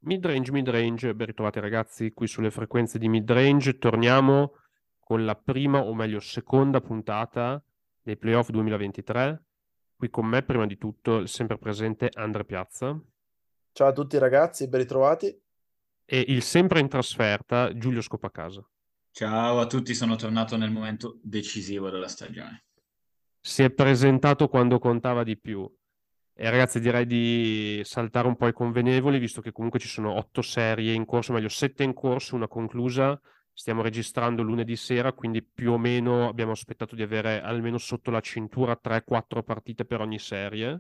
Mid-range, ben ritrovati ragazzi, qui sulle frequenze di mid-range. Torniamo con la prima, o meglio seconda puntata dei playoff 2023. Qui con me, prima di tutto, il sempre presente Andre Piazza Ciao a tutti ragazzi, ben ritrovati. e il sempre in trasferta Giulio Scopacasa. Ciao a tutti, sono tornato nel momento decisivo della stagione. Si è presentato quando contava di più. E ragazzi, direi di saltare un po' i convenevoli, visto che comunque ci sono 8 serie in corso, meglio 7 in corso, una conclusa. Stiamo registrando lunedì sera, quindi più o meno abbiamo aspettato di avere almeno sotto la cintura 3-4 partite per ogni serie.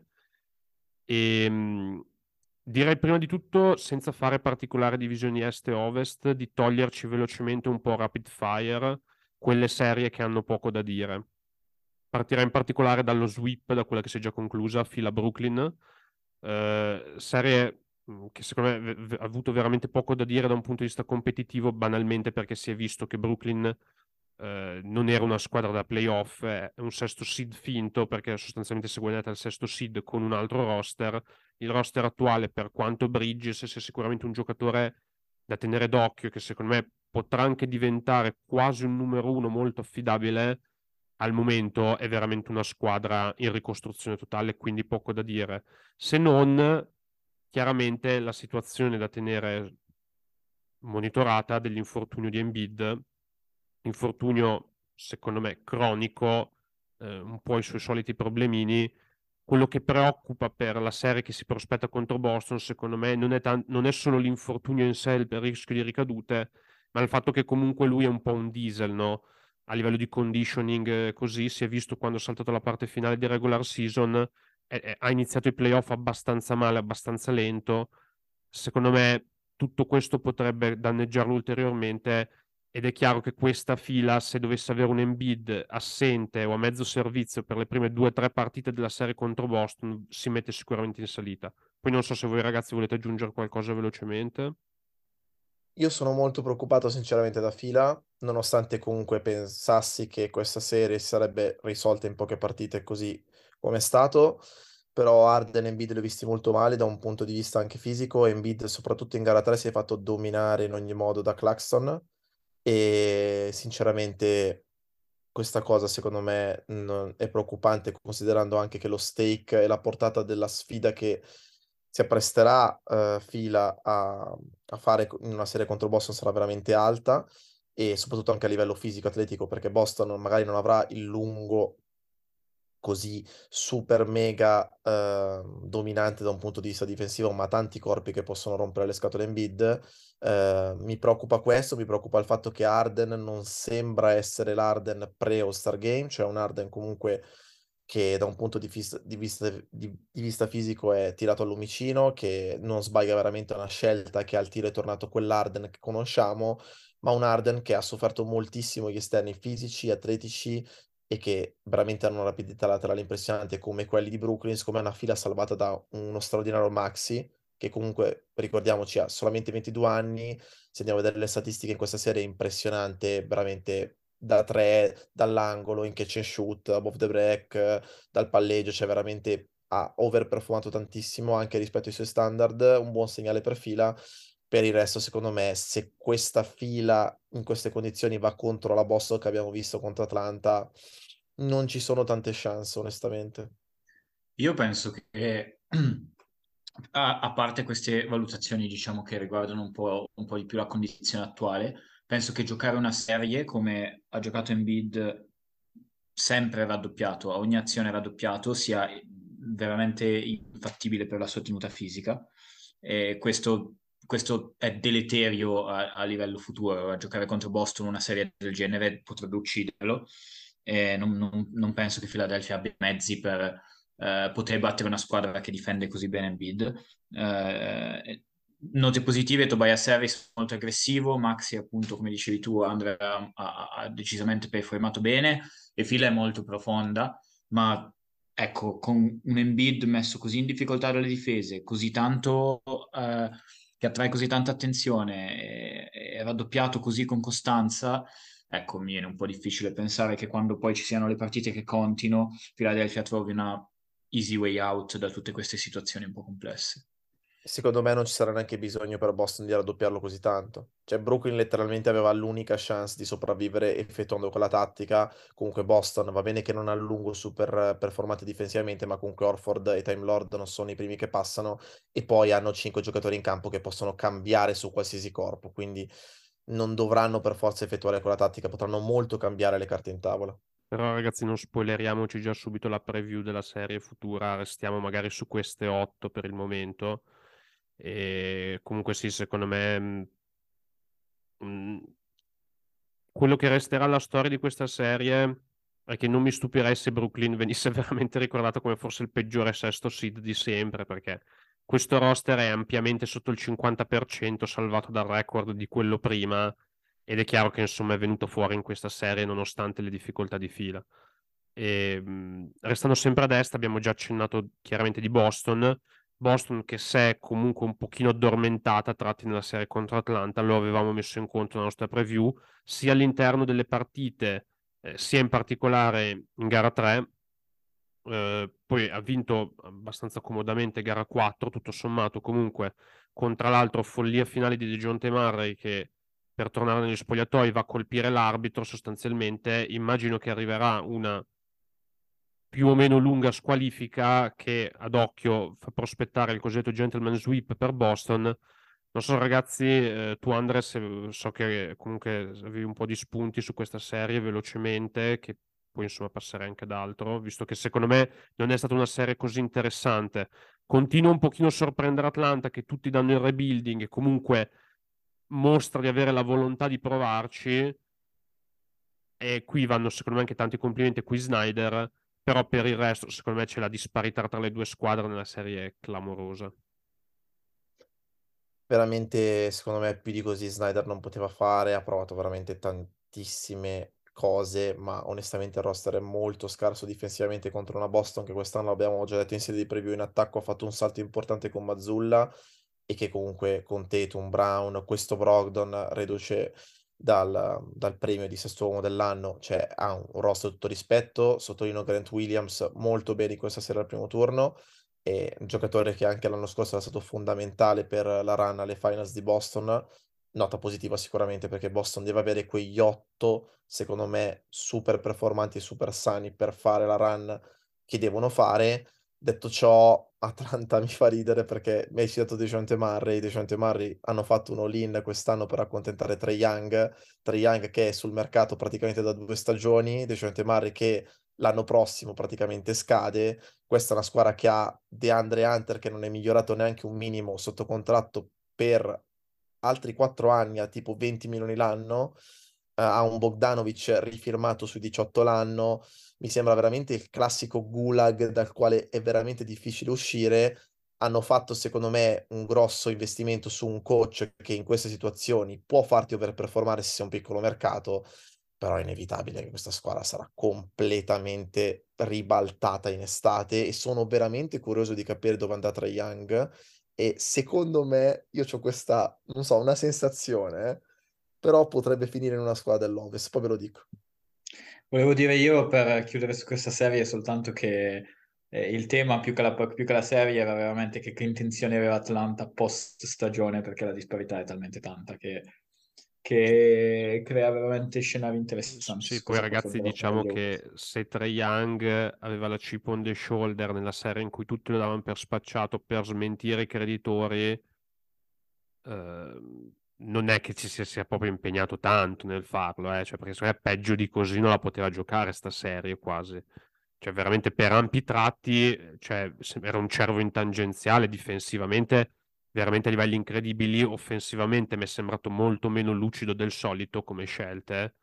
E direi prima di tutto, senza fare particolari divisioni est e ovest, di toglierci velocemente un po' rapid fire quelle serie che hanno poco da dire. Partirei in particolare dallo sweep, da quella che si è già conclusa, fila Brooklyn. Serie che secondo me ha avuto veramente poco da dire da un punto di vista competitivo, banalmente perché si è visto che Brooklyn non era una squadra da playoff, è un sesto seed finto perché sostanzialmente si è guadagnata il sesto seed con un altro roster. Il roster attuale, per quanto Bridges sia sicuramente un giocatore da tenere d'occhio, che secondo me potrà anche diventare quasi un numero uno molto affidabile, al momento è veramente una squadra in ricostruzione totale, quindi poco da dire. Se non, chiaramente la situazione da tenere monitorata dell'infortunio di Embiid, infortunio secondo me cronico, un po' i suoi soliti problemini. Quello che preoccupa per la serie che si prospetta contro Boston, secondo me, non è solo l'infortunio in sé, il rischio di ricadute, ma il fatto che comunque lui è un po' un diesel, no? A livello di conditioning, così si è visto quando ha saltato la parte finale di regular season, ha iniziato i playoff abbastanza male, abbastanza lento. Secondo me tutto questo potrebbe danneggiarlo ulteriormente ed è chiaro che questa fila, se dovesse avere un Embiid assente o a mezzo servizio per le prime 2 o 3 partite della serie contro Boston, si mette sicuramente in salita. Poi non so se voi ragazzi volete aggiungere qualcosa velocemente. Io sono molto preoccupato sinceramente da fila, nonostante comunque pensassi che questa serie si sarebbe risolta in poche partite così come è stato, però Harden e Embiid li ho visti molto male da un punto di vista anche fisico. Embiid soprattutto in gara 3 si è fatto dominare in ogni modo da Claxton e sinceramente questa cosa secondo me è preoccupante, considerando anche che lo stake e la portata della sfida che si appresterà fila a fare in una serie contro Boston sarà veramente alta, e soprattutto anche a livello fisico-atletico, perché Boston magari non avrà il lungo così super mega dominante da un punto di vista difensivo, ma tanti corpi che possono rompere le scatole in bid. Mi preoccupa questo, mi preoccupa il fatto che Harden non sembra essere l'Harden pre-All-Star Game, cioè un Harden comunque che da un punto di vista fisico è tirato al lumicino, che non sbaglia veramente una scelta, che al tiro è tornato quell'Harden che conosciamo, ma un Harden che ha sofferto moltissimo gli esterni fisici, atletici, e che veramente hanno una rapidità laterale impressionante come quelli di Brooklyn, come una fila salvata da uno straordinario Maxi, che comunque, ricordiamoci, ha solamente 22 anni. Se andiamo a vedere le statistiche in questa serie è impressionante, veramente da tre, dall'angolo, in catch and shoot, above the break, dal palleggio, cioè veramente ha overperformato tantissimo anche rispetto ai suoi standard, un buon segnale per fila. Per il resto, secondo me, se questa fila in queste condizioni va contro la Boston che abbiamo visto contro Atlanta, non ci sono tante chance, onestamente. Io penso che, a parte queste valutazioni, diciamo, che riguardano un po' di più la condizione attuale, penso che giocare una serie come ha giocato Embiid, sempre raddoppiato, a ogni azione raddoppiato, sia veramente infattibile per la sua tenuta fisica. E questo è deleterio a livello futuro. A giocare contro Boston una serie del genere potrebbe ucciderlo. E non penso che Philadelphia abbia mezzi per poter battere una squadra che difende così bene Embiid. Note positive: Tobias Harris molto aggressivo, Maxi appunto come dicevi tu Andrea ha decisamente performato bene, e fila è molto profonda, ma ecco, con un Embiid messo così in difficoltà dalle difese, così tanto che attrae così tanta attenzione e raddoppiato così con costanza, ecco, mi viene un po' difficile pensare che quando poi ci siano le partite che contino, Philadelphia trovi una easy way out da tutte queste situazioni un po' complesse. Secondo me non ci sarà neanche bisogno per Boston di raddoppiarlo così tanto. Cioè, Brooklyn letteralmente aveva l'unica chance di sopravvivere effettuando quella tattica. Comunque Boston va bene che non ha a lungo super performante difensivamente, ma comunque Horford e Time Lord non sono i primi che passano e poi hanno 5 giocatori in campo che possono cambiare su qualsiasi corpo, quindi non dovranno per forza effettuare quella tattica, potranno molto cambiare le carte in tavola. Però ragazzi, non spoileriamoci già subito la preview della serie futura, restiamo magari su queste 8 per il momento. E comunque sì, secondo me mh, quello che resterà alla storia di questa serie è che non mi stupirei se Brooklyn venisse veramente ricordato come forse il peggiore sesto seed di sempre, perché questo roster è ampiamente sotto il 50%, salvato dal record di quello prima, ed è chiaro che insomma è venuto fuori in questa serie nonostante le difficoltà di fila. E, restando sempre a destra, abbiamo già accennato chiaramente di Boston. Boston che si è comunque un pochino addormentata a tratti nella serie contro Atlanta, lo avevamo messo in conto nella nostra preview, sia all'interno delle partite, sia in particolare in gara 3. Poi ha vinto abbastanza comodamente gara 4, tutto sommato, comunque con tra l'altro follia finale di Dejounte Murray che per tornare negli spogliatoi va a colpire l'arbitro sostanzialmente. Immagino che arriverà una più o meno lunga squalifica che ad occhio fa prospettare il cosiddetto gentleman sweep per Boston. Non so ragazzi, tu Andres, so che comunque avevi un po' di spunti su questa serie velocemente, che poi insomma passerei anche ad altro, visto che secondo me non è stata una serie così interessante. Continua un pochino a sorprendere Atlanta, che tutti danno il rebuilding e comunque mostra di avere la volontà di provarci. E qui vanno secondo me anche tanti complimenti a qui Snyder, però per il resto secondo me c'è la disparità tra le due squadre nella serie clamorosa. Veramente, secondo me, più di così Snyder non poteva fare, ha provato veramente tantissime cose, ma onestamente il roster è molto scarso difensivamente contro una Boston che quest'anno, l'abbiamo già detto in serie di preview, in attacco ha fatto un salto importante con Mazzulla e che comunque con Tatum, Brown, questo Brogdon, reduce dal premio di sesto uomo dell'anno, cioè ha un roster tutto rispetto, sottolineo Grant Williams molto bene questa sera al primo turno, e un giocatore che anche l'anno scorso era stato fondamentale per la run alle finals di Boston. Nota positiva sicuramente perché Boston deve avere quegli 8, secondo me, super performanti e super sani per fare la run che devono fare. Detto ciò, Atlanta mi fa ridere perché mi hai citato Dejounte Murray. Dejounte Murray hanno fatto un all-in quest'anno per accontentare Trae Young che è sul mercato praticamente da 2 stagioni, Dejounte Murray che l'anno prossimo praticamente scade. Questa è una squadra che ha DeAndre Hunter che non è migliorato neanche un minimo sotto contratto per altri 4 anni a tipo 20 milioni l'anno, ha un Bogdanovic rifirmato sui 18 l'anno. Mi sembra veramente il classico gulag dal quale è veramente difficile uscire. Hanno fatto, secondo me, un grosso investimento su un coach che in queste situazioni può farti overperformare se sei un piccolo mercato, però è inevitabile che questa squadra sarà completamente ribaltata in estate e sono veramente curioso di capire dove andrà Trae Young e secondo me io ho questa, non so, una sensazione, però potrebbe finire in una squadra dell'Ovest, poi ve lo dico. Volevo dire io per chiudere su questa serie soltanto che il tema più che la serie era veramente che intenzioni aveva Atlanta post stagione perché la disparità è talmente tanta che crea veramente scenari interessanti Sì, su poi cosa ragazzi potrebbero fare diciamo gli Hawks. che se Trae Young aveva la chip on the shoulder nella serie in cui tutti lo davano per spacciato per smentire i creditori, non è che ci sia proprio impegnato tanto nel farlo, cioè, perché secondo me peggio di così non la poteva giocare sta serie quasi. Cioè, veramente per ampi tratti, cioè, era un cervo in tangenziale difensivamente, veramente a livelli incredibili. Offensivamente mi è sembrato molto meno lucido del solito come scelte.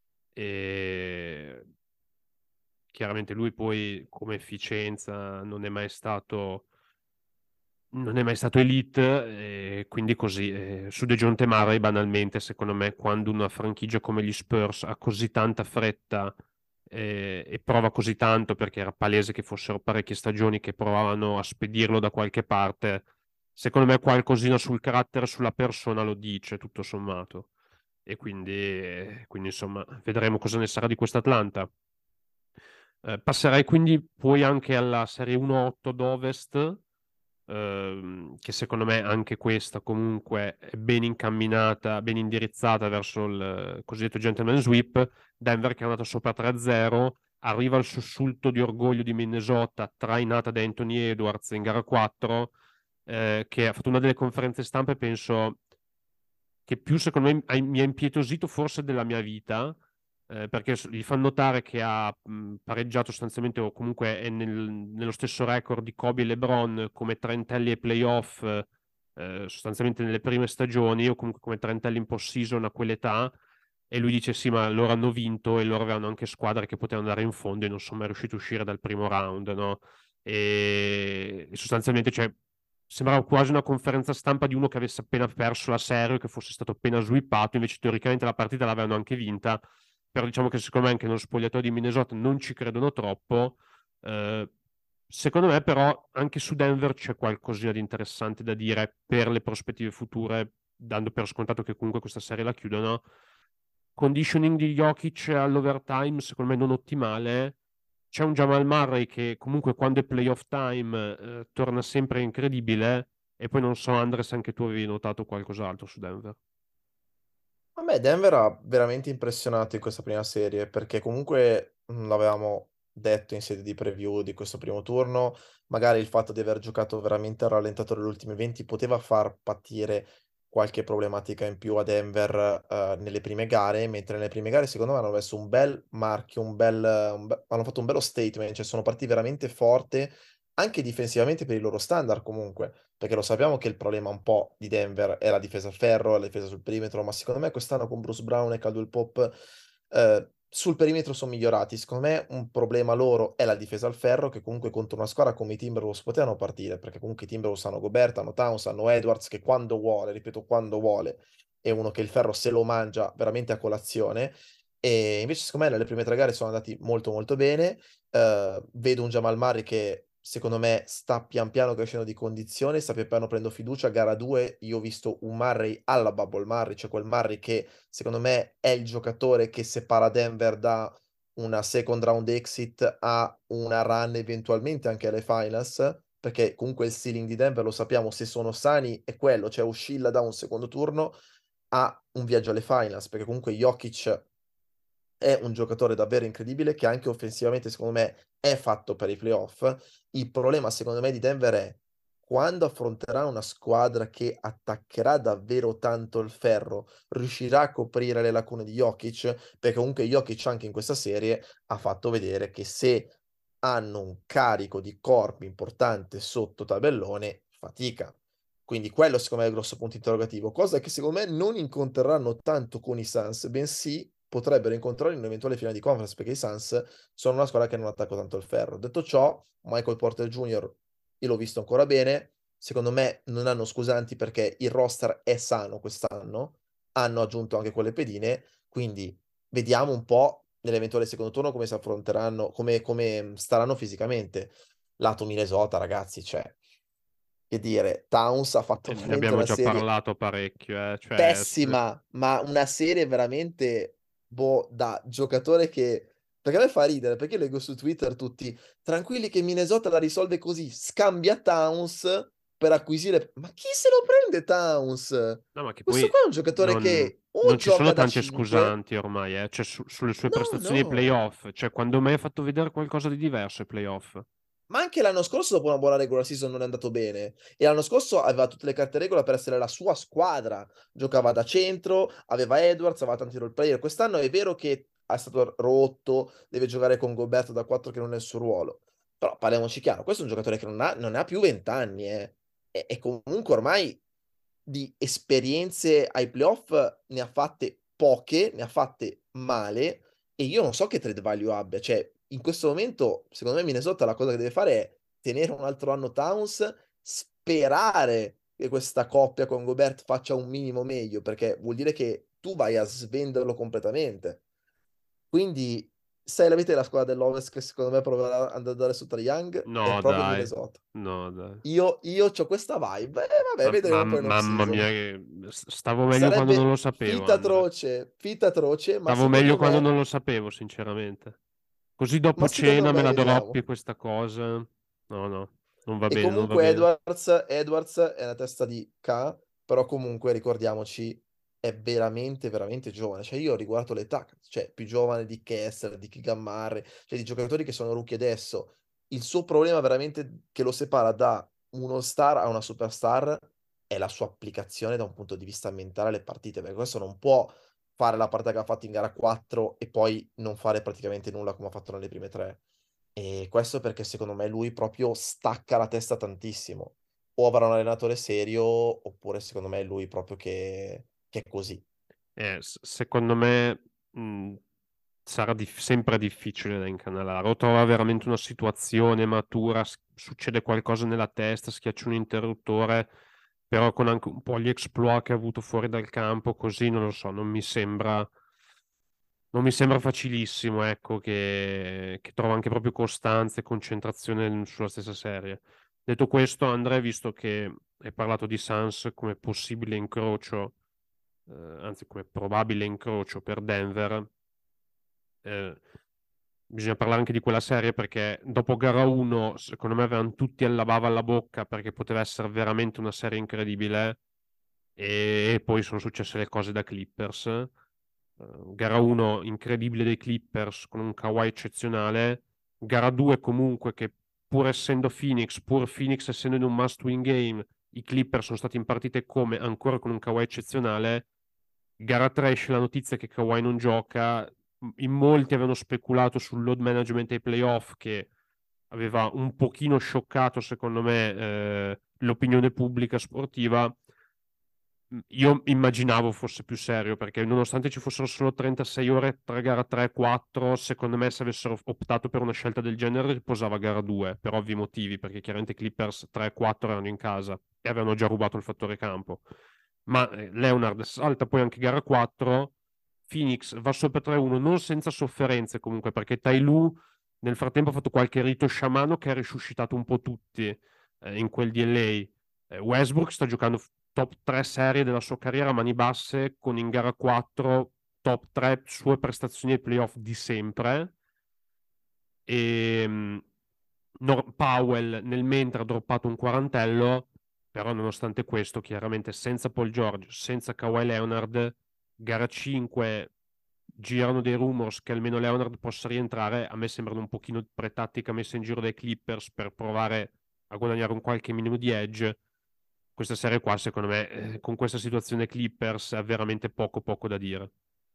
E chiaramente lui poi come efficienza non è mai stato elite, e quindi così. Su Dejounte Murray, banalmente, secondo me, quando una franchigia come gli Spurs ha così tanta fretta e prova così tanto, perché era palese che fossero parecchie stagioni che provavano a spedirlo da qualche parte, secondo me qualcosina sul carattere, sulla persona lo dice, tutto sommato. E quindi insomma, vedremo cosa ne sarà di quest'Atlanta. Passerei quindi poi anche alla Serie 1-8 d'Ovest, che secondo me anche questa comunque è ben incamminata, ben indirizzata verso il cosiddetto gentleman sweep. Denver che è andata sopra 3-0, arriva al sussulto di orgoglio di Minnesota, trainata da Anthony Edwards in gara 4, che ha fatto una delle conferenze stampa e penso che più secondo me mi ha impietosito forse della mia vita, perché gli fanno notare che ha pareggiato sostanzialmente o comunque è nello stesso record di Kobe e LeBron come trentelli ai playoff, sostanzialmente nelle prime stagioni, o comunque come trentelli in post-season a quell'età. E lui dice sì, ma loro hanno vinto e loro avevano anche squadre che potevano andare in fondo e non sono mai riusciti a uscire dal primo round, no? E sostanzialmente, cioè, sembrava quasi una conferenza stampa di uno che avesse appena perso la serie, che fosse stato appena swippato, invece teoricamente la partita l'avevano anche vinta, però diciamo che secondo me anche nello spogliatoio di Minnesota non ci credono troppo. Eh, Secondo me però anche su Denver c'è qualcosina di interessante da dire per le prospettive future, dando per scontato che comunque questa serie la chiudono. Conditioning di Jokic all'overtime secondo me non ottimale. C'è un Jamal Murray che comunque quando è playoff time torna sempre incredibile. E poi non so, Andres, anche tu avevi notato qualcos'altro su Denver. A me Denver ha veramente impressionato in questa prima serie perché comunque l'avevamo detto in sede di preview di questo primo turno, magari il fatto di aver giocato veramente al rallentatore le ultime 20 poteva far patire qualche problematica in più a Denver nelle prime gare, mentre nelle prime gare secondo me hanno messo un bel marchio, hanno fatto un bello statement, cioè sono partiti veramente forte anche difensivamente per i loro standard comunque perché lo sappiamo che il problema un po' di Denver è la difesa a ferro, la difesa sul perimetro, ma secondo me quest'anno con Bruce Brown e Caldwell Pope sul perimetro sono migliorati. Secondo me un problema loro è la difesa al ferro, che comunque contro una squadra come i Timberwolves potevano partire, perché comunque i Timberwolves hanno Gobert, hanno Towns, hanno Edwards, che quando vuole, ripeto, quando vuole, è uno che il ferro se lo mangia veramente a colazione. E invece, secondo me, nelle prime 3 gare sono andati molto molto bene. Vedo un Jamal Murray che secondo me sta pian piano crescendo di condizione, sta pian piano prendendo fiducia. Gara 2 io ho visto un Murray alla Bubble Murray, cioè quel Murray che secondo me è il giocatore che separa Denver da una second round exit a una run eventualmente anche alle finals, perché comunque il ceiling di Denver lo sappiamo, se sono sani è quello, cioè oscilla da un secondo turno a un viaggio alle finals, perché comunque Jokic è un giocatore davvero incredibile che anche offensivamente secondo me è fatto per i playoff. Il problema secondo me di Denver è quando affronterà una squadra che attaccherà davvero tanto il ferro, riuscirà a coprire le lacune di Jokic, perché comunque Jokic anche in questa serie ha fatto vedere che se hanno un carico di corpi importante sotto tabellone, fatica. Quindi quello secondo me è il grosso punto interrogativo, cosa che secondo me non incontreranno tanto con i Suns, bensì potrebbero incontrare in un'eventuale finale di conference, perché i Suns sono una squadra che non attacca tanto il ferro. Detto ciò, Michael Porter Jr. io l'ho visto ancora bene, secondo me non hanno scusanti perché il roster è sano quest'anno, hanno aggiunto anche quelle pedine, quindi vediamo un po' nell'eventuale secondo turno come si affronteranno, come staranno fisicamente. Lato Minnesota, ragazzi, cioè, che dire, Towns ha fatto E ne veramente abbiamo una già serie parlato parecchio, cioè, pessima, ma una serie veramente, boh, da giocatore che... Perché a me fa ridere, perché leggo su Twitter tutti tranquilli che Minnesota la risolve così, scambia Towns per acquisire... Ma chi se lo prende Towns? no, ma che Questo poi qua è un giocatore non, che o non ci sono gioca da tante 5, scusanti ormai, cioè, sulle sue no, prestazioni ai no. playoff, cioè quando mai ha fatto vedere qualcosa di diverso ai playoff? Ma anche l'anno scorso, dopo una buona regular season, non è andato bene. E l'anno scorso aveva tutte le carte regola per essere la sua squadra. Giocava da centro, aveva Edwards, aveva tanti role player. Quest'anno è vero che è stato rotto, deve giocare con Gobert da 4 che non è il suo ruolo. Però parliamoci chiaro, questo è un giocatore che non ha più 20 anni, eh. E comunque ormai di esperienze ai playoff ne ha fatte poche, ne ha fatte male e io non so che trade value abbia. Cioè, in questo momento, secondo me, Minnesota la cosa che deve fare è tenere un altro anno Towns, sperare che questa coppia con Gobert faccia un minimo meglio, perché vuol dire che tu vai a svenderlo completamente. Quindi, se la vita della squadra dell'Ovest che secondo me proverà ad andare su Trae Young, è No, proprio dai, Minnesota. no, dai. Io ho questa vibe, vabbè, vedremo poi in Mamma mia, off-season. stavo meglio quando non lo Sarebbe sapevo, Andre. fitta atroce, Stavo meglio quando non lo sapevo, sinceramente. Così ma dopo secondo cena me me la vediamo. droppi questa cosa. No, no. Non va E bene, non va comunque bene. Edwards è una testa di K, però comunque ricordiamoci, è veramente, veramente giovane. Cioè io ho riguardato l'età, cioè più giovane di Kessler, di Keegan Murray, cioè di giocatori che sono rookie adesso. Il suo problema veramente che lo separa da uno star a una superstar è la sua applicazione da un punto di vista mentale alle partite, perché questo non può fare la partita che ha fatto in gara 4 e poi non fare praticamente nulla come ha fatto nelle prime 3. E questo perché secondo me lui proprio stacca la testa tantissimo. O avrà un allenatore serio, oppure secondo me è lui proprio che è così. Secondo me sarà sempre difficile da incanalare. O trova veramente una situazione matura, succede qualcosa nella testa, schiaccia un interruttore, però con anche un po' gli exploit che ha avuto fuori dal campo, così non lo so, non mi sembra facilissimo, ecco, che trova anche proprio costanza e concentrazione sulla stessa serie. Detto questo, Andrea, visto che hai parlato di Suns come possibile incrocio, anzi come probabile incrocio per Denver, eh, bisogna parlare anche di quella serie perché dopo gara 1, secondo me avevano tutti alla bava alla bocca perché poteva essere veramente una serie incredibile e poi sono successe le cose da Clippers. Gara 1 incredibile dei Clippers con un Kawhi eccezionale. Gara 2 comunque che pur Phoenix essendo in un must-win game, i Clippers sono stati in partite come ancora con un Kawhi eccezionale. Gara 3 esce la notizia che Kawhi non gioca. In molti avevano speculato sul load management ai playoff che aveva un pochino scioccato, secondo me, l'opinione pubblica sportiva. Io immaginavo fosse più serio perché nonostante ci fossero solo 36 ore tra gara 3 e 4, secondo me se avessero optato per una scelta del genere riposava gara 2 per ovvi motivi, perché chiaramente Clippers 3 e 4 erano in casa e avevano già rubato il fattore campo. Ma Leonard salta poi anche gara 4, Phoenix va sopra 3-1 non senza sofferenze comunque perché Tai Lu nel frattempo ha fatto qualche rito sciamano che ha risuscitato un po' tutti in quel DLA. Westbrook sta giocando top 3 serie della sua carriera a mani basse, con in gara 4 top 3 sue prestazioni ai playoff di sempre. E Powell nel mentre ha droppato un quarantello, però nonostante questo, chiaramente senza Paul George, senza Kawhi Leonard, gara 5 girano dei rumors che almeno Leonard possa rientrare. A me sembrano un pochino pre-tattica messa in giro dai Clippers per provare a guadagnare un qualche minimo di edge. Questa serie qua, secondo me, con questa situazione Clippers ha veramente poco da dire.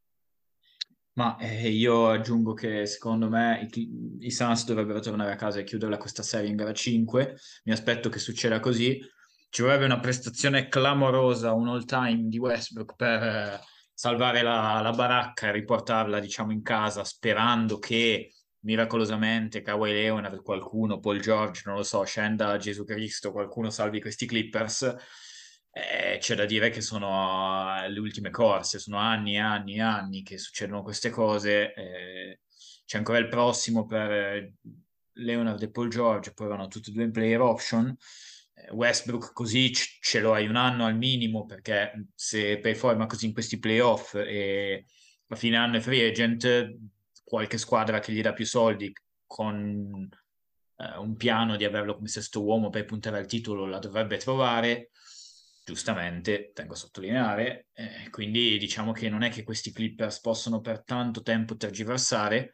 Ma io aggiungo che secondo me i Suns dovrebbero tornare a casa e chiuderla questa serie in gara 5. Mi aspetto che succeda così. Ci vorrebbe una prestazione clamorosa, un all-time di Westbrook per salvare la baracca e riportarla, diciamo, in casa, sperando che miracolosamente Kawhi Leonard, qualcuno, Paul George, non lo so, scenda Gesù Cristo, qualcuno salvi questi Clippers. C'è da dire che sono le ultime corse, sono anni e anni e anni che succedono queste cose. C'è ancora il prossimo per Leonard e Paul George, poi vanno tutti e due in player option. Westbrook così ce lo hai un anno al minimo perché se performa così in questi playoff e a fine anno è free agent, qualche squadra che gli dà più soldi con un piano di averlo come sesto uomo per puntare al titolo la dovrebbe trovare, giustamente, tengo a sottolineare. Quindi diciamo che non è che questi Clippers possono per tanto tempo tergiversare.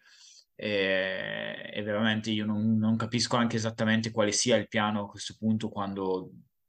E veramente io non capisco anche esattamente quale sia il piano a questo punto quando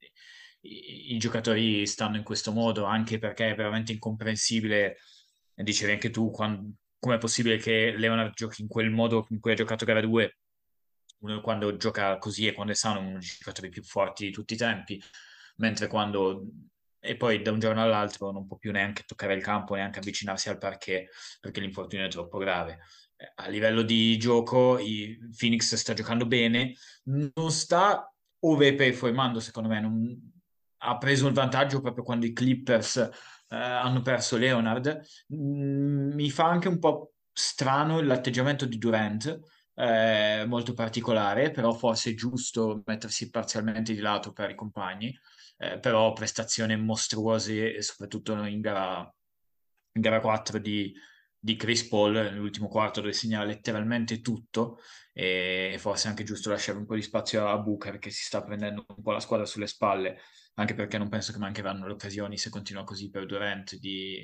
i giocatori stanno in questo modo, anche perché è veramente incomprensibile, dicevi anche tu, com'è possibile che Leonard giochi in quel modo in cui ha giocato gara 2, uno quando gioca così e quando è sano è uno dei giocatori più forti di tutti i tempi, mentre quando... E poi da un giorno all'altro non può più neanche toccare il campo, neanche avvicinarsi al parquet perché l'infortunio è troppo grave. A livello di gioco, Phoenix sta giocando bene, non sta overperformando secondo me, ha preso il vantaggio proprio quando i Clippers hanno perso Leonard. Mi fa anche un po' strano l'atteggiamento di Durant, molto particolare, però forse è giusto mettersi parzialmente di lato per i compagni, però prestazioni mostruose, soprattutto in gara 4 di di Chris Paul nell'ultimo quarto, dove segna letteralmente tutto, e forse è anche giusto lasciare un po' di spazio a Booker, che si sta prendendo un po' la squadra sulle spalle, anche perché non penso che mancheranno le occasioni, se continua così per Durant,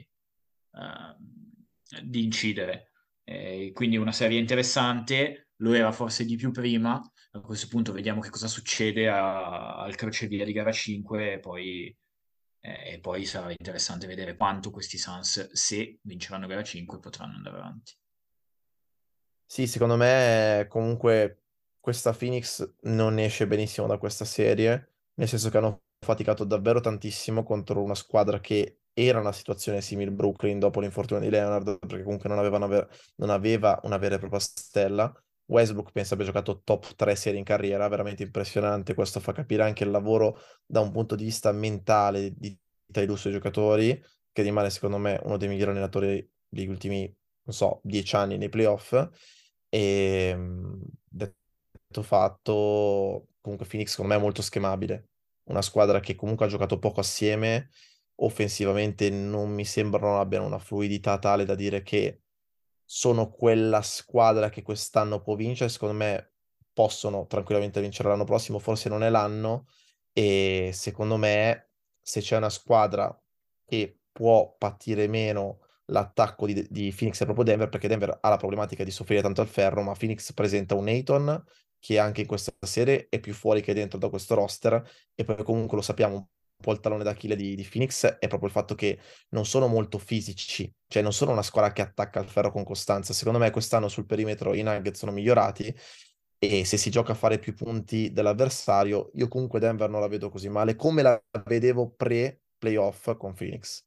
di incidere. Quindi una serie interessante, lo era forse di più prima. A questo punto vediamo che cosa succede al crocevia di gara 5 e poi sarà interessante vedere quanto questi Suns, se vinceranno gara 5, potranno andare avanti. Sì, secondo me comunque questa Phoenix non esce benissimo da questa serie, nel senso che hanno faticato davvero tantissimo contro una squadra che era una situazione simile a Brooklyn dopo l'infortunio di Leonard, perché comunque non aveva una vera e propria stella. Westbrook penso abbia giocato top 3 serie in carriera, veramente impressionante. Questo fa capire anche il lavoro da un punto di vista mentale di Ty Lue ai giocatori, che rimane secondo me uno dei migliori allenatori degli ultimi, non so, 10 anni nei playoff. E detto fatto, comunque Phoenix secondo me è molto schemabile. Una squadra che comunque ha giocato poco assieme, offensivamente non mi sembra non abbiano una fluidità tale da dire che sono quella squadra che quest'anno può vincere. Secondo me possono tranquillamente vincere l'anno prossimo, forse non è l'anno. E secondo me, se c'è una squadra che può patire meno l'attacco di Phoenix è proprio Denver, perché Denver ha la problematica di soffrire tanto al ferro, ma Phoenix presenta un Ayton che anche in questa serie è più fuori che dentro da questo roster, e poi comunque lo sappiamo, un po' il talone d'Achille di Phoenix è proprio il fatto che non sono molto fisici, cioè non sono una squadra che attacca al ferro con costanza. Secondo me quest'anno sul perimetro i Nuggets sono migliorati, e se si gioca a fare più punti dell'avversario, io comunque Denver non la vedo così male come la vedevo pre-playoff con Phoenix.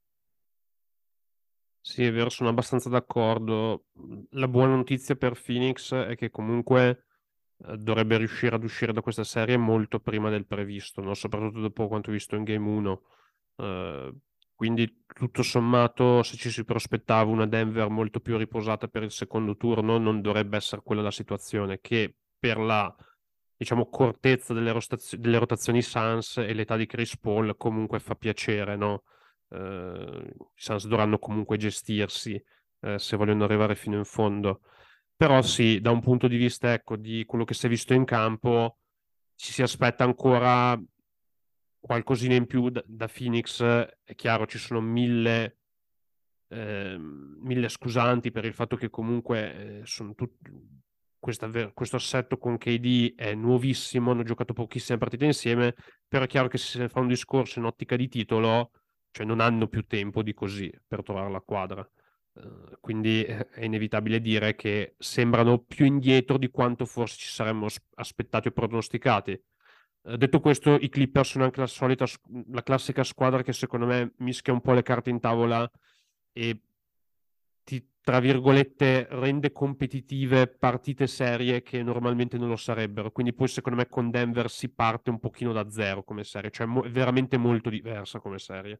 Sì, è vero, sono abbastanza d'accordo. La buona notizia per Phoenix è che comunque dovrebbe riuscire ad uscire da questa serie molto prima del previsto, no? Soprattutto dopo quanto visto in Game 1. Eh, quindi tutto sommato, se ci si prospettava una Denver molto più riposata per il secondo turno, non dovrebbe essere quella la situazione, che per la, diciamo, cortezza delle rotazioni Suns e l'età di Chris Paul comunque fa piacere, no? I Suns dovranno comunque gestirsi se vogliono arrivare fino in fondo. Però sì, da un punto di vista, ecco, di quello che si è visto in campo, ci si aspetta ancora qualcosina in più da Phoenix. È chiaro, ci sono mille scusanti per il fatto che comunque questo assetto con KD è nuovissimo, hanno giocato pochissime partite insieme, però è chiaro che se si fa un discorso in ottica di titolo, cioè non hanno più tempo di così per trovare la quadra. Quindi è inevitabile dire che sembrano più indietro di quanto forse ci saremmo aspettati o prognosticati. Detto questo, i Clippers sono anche la classica squadra che secondo me mischia un po' le carte in tavola e ti, tra virgolette, rende competitive partite serie che normalmente non lo sarebbero. Quindi poi secondo me con Denver si parte un pochino da zero come serie, cioè è veramente molto diversa come serie.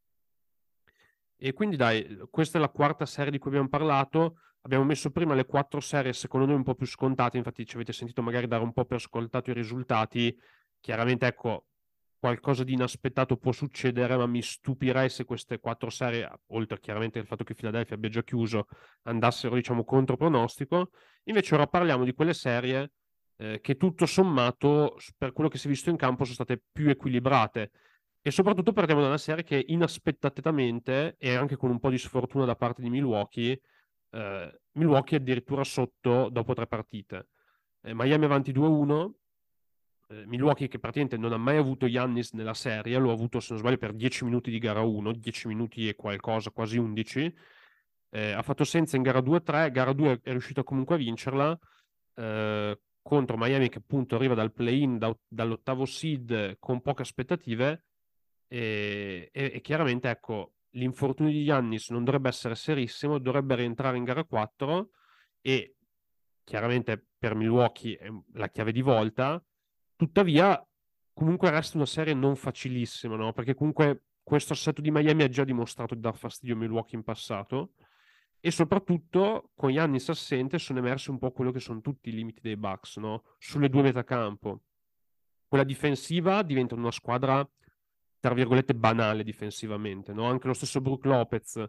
E quindi dai, questa è la quarta serie di cui abbiamo parlato. Abbiamo messo prima le 4 serie, secondo noi un po' più scontate, infatti ci avete sentito magari dare un po' per scontato i risultati. Chiaramente, ecco, qualcosa di inaspettato può succedere, ma mi stupirei se queste 4 serie, oltre chiaramente al fatto che Philadelphia abbia già chiuso, andassero, diciamo, contro pronostico. Invece ora parliamo di quelle serie che tutto sommato, per quello che si è visto in campo, sono state più equilibrate. E soprattutto partiamo da una serie che inaspettatamente, e anche con un po' di sfortuna da parte di Milwaukee, Milwaukee è addirittura sotto dopo 3 partite. Miami avanti 2-1. Milwaukee che praticamente non ha mai avuto Giannis nella serie, lo ha avuto se non sbaglio per 10 minuti di gara 1, 10 minuti e qualcosa, quasi 11. Ha fatto senza in gara 2-3, gara 2 è riuscito comunque a vincerla contro Miami che appunto arriva dal play-in, dall'8º seed con poche aspettative e chiaramente ecco l'infortunio di Giannis non dovrebbe essere serissimo, dovrebbe rientrare in gara 4 e chiaramente per Milwaukee è la chiave di volta. Tuttavia, comunque resta una serie non facilissima, no? Perché comunque questo assetto di Miami ha già dimostrato di dar fastidio a Milwaukee in passato e soprattutto con Giannis assente sono emersi un po' quello che sono tutti i limiti dei Bucks, no? Sulle due metacampo. Quella difensiva diventa una squadra, tra virgolette, banale difensivamente, no? Anche lo stesso Brook Lopez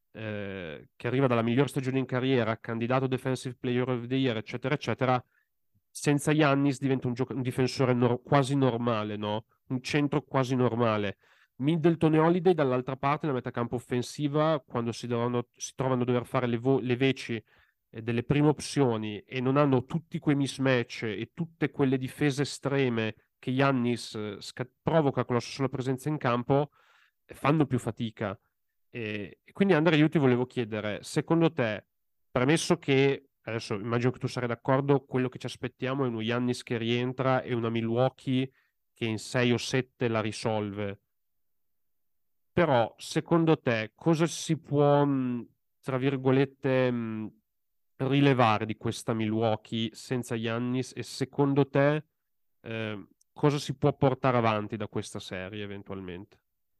che arriva dalla miglior stagione in carriera, candidato Defensive Player of the Year, eccetera, eccetera, senza Giannis diventa un difensore quasi normale, no? Un centro quasi normale. Middleton e Holiday dall'altra parte, nella metacampo offensiva, quando si trovano a dover fare le veci delle prime opzioni e non hanno tutti quei mismatch e tutte quelle difese estreme che Giannis provoca con la sua sola presenza in campo, fanno più fatica. E quindi Andrea, io ti volevo chiedere, secondo te, premesso che, adesso immagino che tu sarai d'accordo, quello che ci aspettiamo è uno Giannis che rientra e una Milwaukee che in 6 o 7 la risolve. Però, secondo te, cosa si può, tra virgolette, rilevare di questa Milwaukee senza Giannis? E secondo te, cosa si può portare avanti da questa serie eventualmente?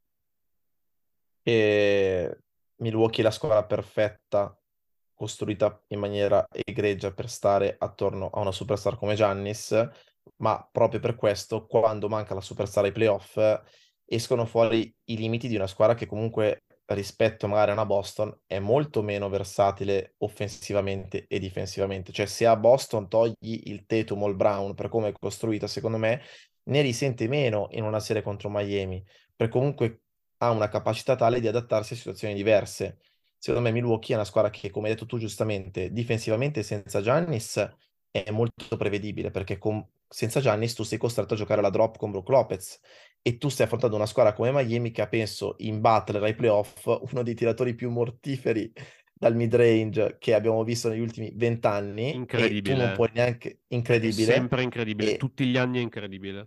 E Milwaukee è la squadra perfetta, costruita in maniera egregia per stare attorno a una superstar come Giannis, ma proprio per questo, quando manca la superstar ai playoff, escono fuori i limiti di una squadra che comunque rispetto magari a una Boston è molto meno versatile offensivamente e difensivamente. Cioè se a Boston togli il Tatum o il Brown per come è costruita, secondo me ne risente meno in una serie contro Miami, perché comunque ha una capacità tale di adattarsi a situazioni diverse. Secondo me Milwaukee è una squadra che, come hai detto tu giustamente, difensivamente senza Giannis è molto prevedibile, perché senza Giannis tu sei costretto a giocare alla drop con Brook Lopez e tu stai affrontando una squadra come Miami che ha, penso, in Butler ai playoff, uno dei tiratori più mortiferi dal mid-range che abbiamo visto negli ultimi 20 anni e tu non Incredibile, puoi neanche... è Incredibile. sempre incredibile, E tutti gli anni è incredibile.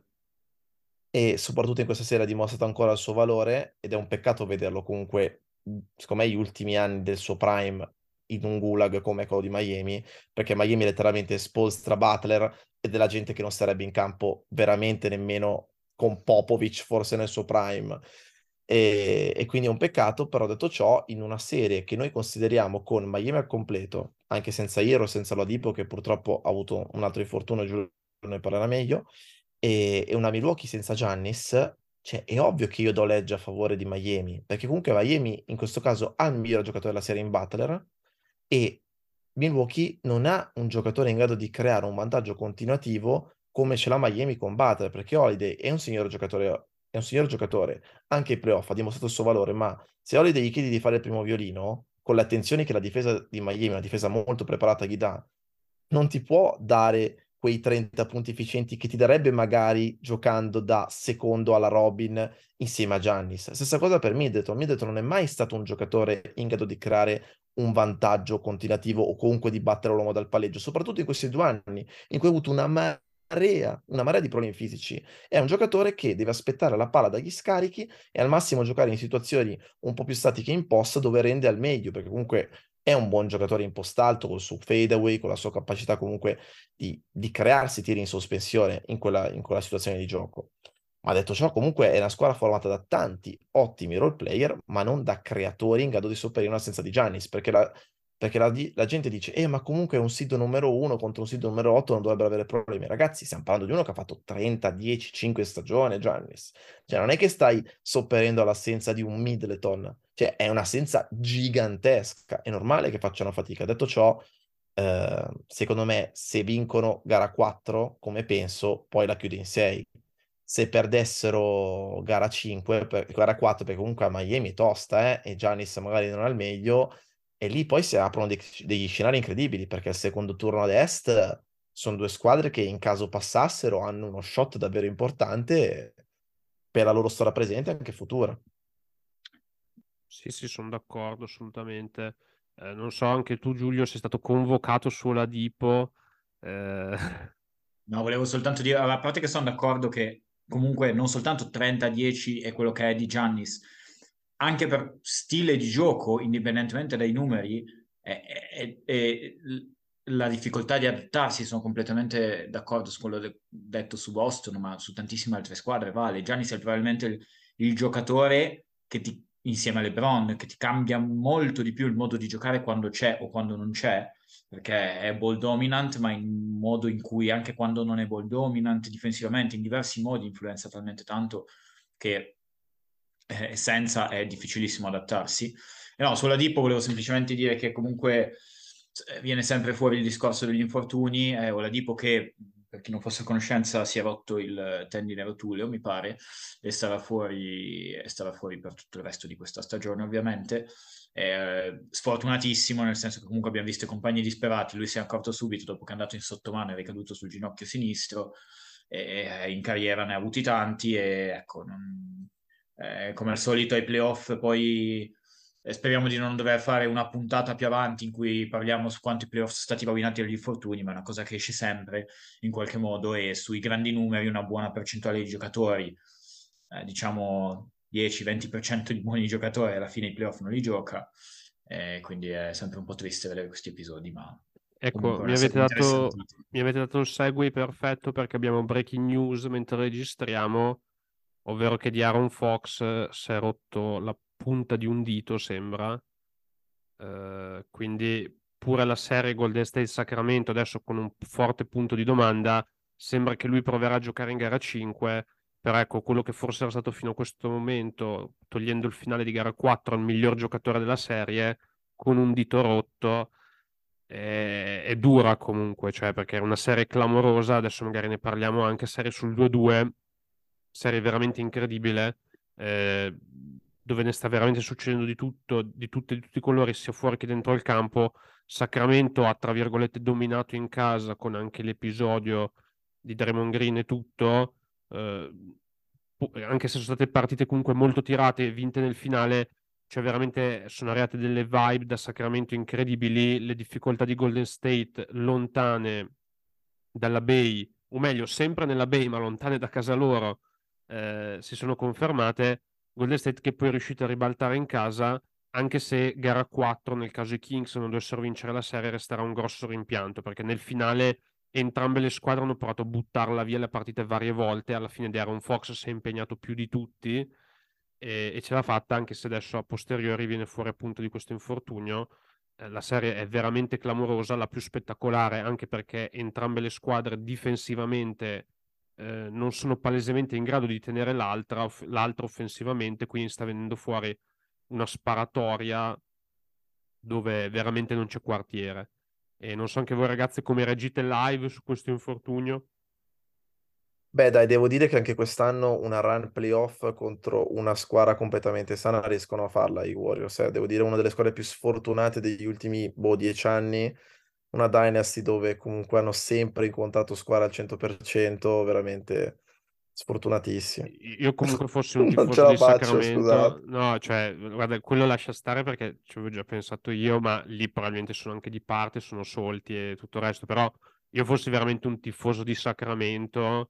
e soprattutto in questa serie ha dimostrato ancora il suo valore ed è un peccato vederlo comunque, secondo me, gli ultimi anni del suo prime in un gulag come quello di Miami, perché Miami letteralmente spolstra Butler e della gente che non sarebbe in campo veramente nemmeno con Popovic forse nel suo prime. E quindi è un peccato, però detto ciò, in una serie che noi consideriamo con Miami al completo, anche senza Hero, senza Ladipo, che purtroppo ha avuto un altro infortunio, Giulio ne parlerà meglio, e una Milwaukee senza Giannis, cioè è ovvio che io do legge a favore di Miami, perché comunque Miami in questo caso ha il miglior giocatore della serie in Butler e Milwaukee non ha un giocatore in grado di creare un vantaggio continuativo come ce l'ha Miami con Butler, perché Holiday è un signor giocatore, anche ai playoff ha dimostrato il suo valore, ma se Holiday gli chiedi di fare il primo violino, con le attenzioni che la difesa di Miami, una difesa molto preparata, gli dà, non ti può dare quei 30 punti efficienti che ti darebbe magari giocando da secondo alla Robin insieme a Giannis. Stessa cosa per Middleton. Middleton non è mai stato un giocatore in grado di creare un vantaggio continuativo o comunque di battere l'uomo dal palleggio, soprattutto in questi 2 anni in cui ha avuto una marea di problemi fisici. È un giocatore che deve aspettare la palla dagli scarichi e al massimo giocare in situazioni un po' più statiche in post dove rende al meglio, perché comunque è un buon giocatore in post alto, col suo fadeaway, con la sua capacità comunque di crearsi tiri in sospensione in quella situazione di gioco. Ma detto ciò, comunque è una squadra formata da tanti ottimi role player, ma non da creatori in grado di sopperire un'assenza di Giannis, perché la gente dice, ma comunque un seed numero 1 contro un seed numero 8 non dovrebbero avere problemi. Ragazzi, stiamo parlando di uno che ha fatto 30, 10, 5 stagioni, Giannis. Cioè, non è che stai sopperendo all'assenza di un Middleton, cioè è un'assenza gigantesca. È normale che facciano fatica. Detto ciò, secondo me, se vincono gara 4, come penso, poi la chiude in 6. Se perdessero gara 5, gara 4, perché comunque a Miami è tosta, e Giannis magari non ha il meglio, e lì poi si aprono degli scenari incredibili, perché al secondo turno ad est sono due squadre che in caso passassero hanno uno shot davvero importante per la loro storia presente e anche futura. Sì, sì, sono d'accordo assolutamente. Non so, anche tu, Giulio, sei stato convocato sull'Adipo. Eh, No, volevo soltanto dire, a parte che sono d'accordo che comunque non soltanto 30-10 è quello che è di Giannis, anche per stile di gioco, indipendentemente dai numeri, la difficoltà di adattarsi, sono completamente d'accordo su quello detto su Boston, ma su tantissime altre squadre vale. Giannis è probabilmente il giocatore che insieme a LeBron, che ti cambia molto di più il modo di giocare quando c'è o quando non c'è, perché è ball dominant, ma in modo in cui anche quando non è ball dominant difensivamente, in diversi modi influenza talmente tanto che senza è difficilissimo adattarsi. E no, sull'Adipo volevo semplicemente dire che comunque viene sempre fuori il discorso degli infortuni. Oladipo che, per chi non fosse a conoscenza, si è rotto il tendine rotuleo, mi pare, e starà fuori per tutto il resto di questa stagione, ovviamente. Sfortunatissimo, nel senso che comunque abbiamo visto i compagni disperati, lui si è accorto subito dopo che è andato in sottomano, è ricaduto sul ginocchio sinistro, e in carriera ne ha avuti tanti e ecco, come al solito ai playoff poi speriamo di non dover fare una puntata più avanti in cui parliamo su quanto i playoff sono stati rovinati dagli infortuni, ma è una cosa che esce sempre in qualche modo e sui grandi numeri una buona percentuale di giocatori, diciamo 10-20% di buoni giocatori alla fine i playoff non li gioca, quindi è sempre un po' triste vedere questi episodi, ma Ecco, comunque è una serie interessante. mi avete dato il segue perfetto perché abbiamo breaking news mentre registriamo, ovvero che di Aaron Fox si è rotto la punta di un dito, sembra. Quindi pure la serie Golden State Sacramento, adesso con un forte punto di domanda, sembra che lui proverà a giocare in gara 5, però ecco, quello che forse era stato fino a questo momento, togliendo il finale di gara 4, il miglior giocatore della serie, con un dito rotto è dura comunque, cioè perché è una serie clamorosa, adesso magari ne parliamo anche, serie sul 2-2, serie veramente incredibile, dove ne sta veramente succedendo di tutto, di tutti i colori, sia fuori che dentro il campo. Sacramento ha, tra virgolette, dominato in casa con anche l'episodio di Draymond Green e tutto, anche se sono state partite comunque molto tirate e vinte nel finale, cioè veramente sono arrivate delle vibe da Sacramento incredibili, le difficoltà di Golden State lontane dalla Bay, o meglio sempre nella Bay ma lontane da casa loro, si sono confermate. Golden State che poi è riuscita a ribaltare in casa, anche se gara 4 nel caso i Kings non dovessero vincere la serie resterà un grosso rimpianto, perché nel finale entrambe le squadre hanno provato a buttarla via le partite varie volte, alla fine De'Aaron Fox si è impegnato più di tutti e ce l'ha fatta, anche se adesso a posteriori viene fuori appunto di questo infortunio. La serie è veramente clamorosa, la più spettacolare, anche perché entrambe le squadre difensivamente non sono palesemente in grado di tenere l'altra offensivamente, quindi sta venendo fuori una sparatoria dove veramente non c'è quartiere. E non so anche voi ragazzi come reagite live su questo infortunio. Beh, dai, devo dire che anche quest'anno una run playoff contro una squadra completamente sana riescono a farla i Warriors. Devo dire, una delle squadre più sfortunate degli ultimi 10 anni. Una Dynasty dove comunque hanno sempre incontrato squadra al 100%, veramente sfortunatissimi. Io comunque fossi un Non ce tifoso la di faccio, scusate. Sacramento, no, cioè, guarda, quello lascia stare perché ci avevo già pensato io, ma lì probabilmente sono anche di parte, sono solti e tutto il resto, però io fossi veramente un tifoso di Sacramento,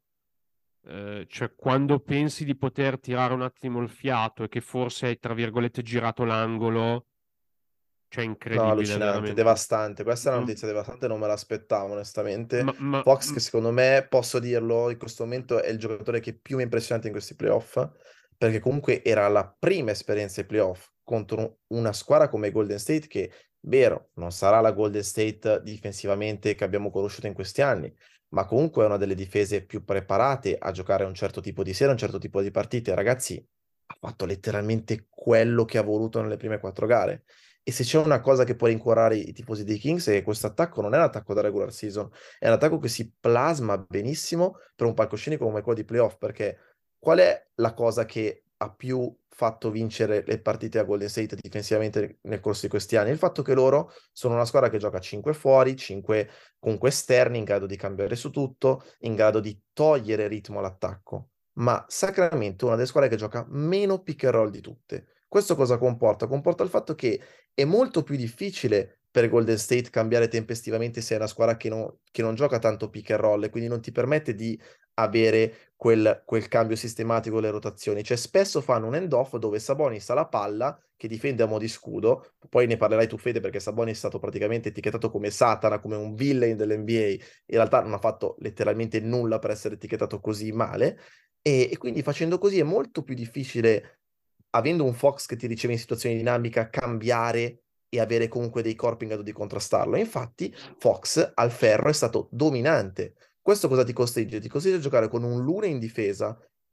cioè quando pensi di poter tirare un attimo il fiato e che forse hai, tra virgolette, girato l'angolo, cioè No, incredibile, allucinante, veramente. devastante. Questa è una Mm, notizia devastante, non me l'aspettavo onestamente. Ma, ma, Fox, che secondo me, posso dirlo, in questo momento è il giocatore che più mi ha impressionato in questi playoff, perché comunque era la prima esperienza ai playoff contro una squadra come Golden State che, vero, non sarà la Golden State difensivamente che abbiamo conosciuto in questi anni, ma comunque è una delle difese più preparate a giocare un certo tipo di serie, un certo tipo di partite. Ragazzi, ha fatto letteralmente quello che ha voluto nelle prime 4 gare. E se c'è una cosa che può rincuorare i tifosi dei Kings è che questo attacco non è un attacco da regular season, è un attacco che si plasma benissimo per un palcoscenico come quello di playoff, perché qual è la cosa che ha più fatto vincere le partite a Golden State difensivamente nel corso di questi anni? Il fatto che loro sono una squadra che gioca 5 fuori, 5 comunque esterni, in grado di cambiare su tutto, in grado di togliere ritmo all'attacco. Ma Sacramento è una delle squadre che gioca meno pick and roll di tutte. Questo cosa comporta? Comporta il fatto che è molto più difficile per Golden State cambiare tempestivamente se è una squadra che non gioca tanto pick and roll e quindi non ti permette di avere quel cambio sistematico delle rotazioni. Cioè spesso fanno un end-off dove Sabonis ha la palla che difende a mo' di scudo, poi ne parlerai tu Fede perché Sabonis è stato praticamente etichettato come Satana, come un villain dell'NBA, in realtà non ha fatto letteralmente nulla per essere etichettato così male e quindi facendo così è molto più difficile, avendo un Fox che ti riceve in situazioni dinamiche, cambiare e avere comunque dei corpi in grado di contrastarlo. Infatti, Fox al ferro è stato dominante. Questo cosa ti costringe? Ti costringe a giocare con un Lune in difesa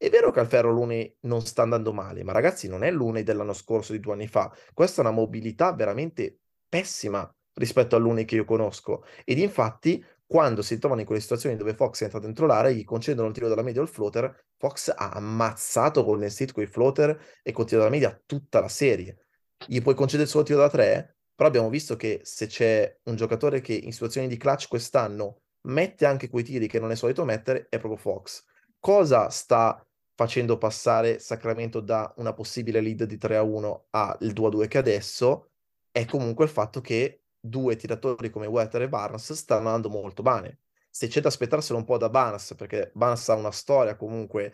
È vero che Alferro Looney non sta andando male, ma ragazzi non è Looney dell'anno scorso, di 2 anni fa. Questa è una mobilità veramente pessima rispetto al Looney che io conosco. Ed infatti, quando si trovano in quelle situazioni dove Fox entra dentro l'area, gli concedono il tiro dalla media o il floater, Fox ha ammazzato Golden State con i floater e con il tiro dalla media tutta la serie. Gli puoi concedere il solo tiro da 3, però abbiamo visto che se c'è un giocatore che in situazioni di clutch quest'anno mette anche quei tiri che non è solito mettere, è proprio Fox. Cosa sta facendo passare Sacramento da una possibile lead di 3-1 al 2-2 che adesso? È comunque il fatto che due tiratori come Welter e Barnes stanno andando molto bene. Se c'è da aspettarselo un po' da Barnes, perché Barnes ha una storia comunque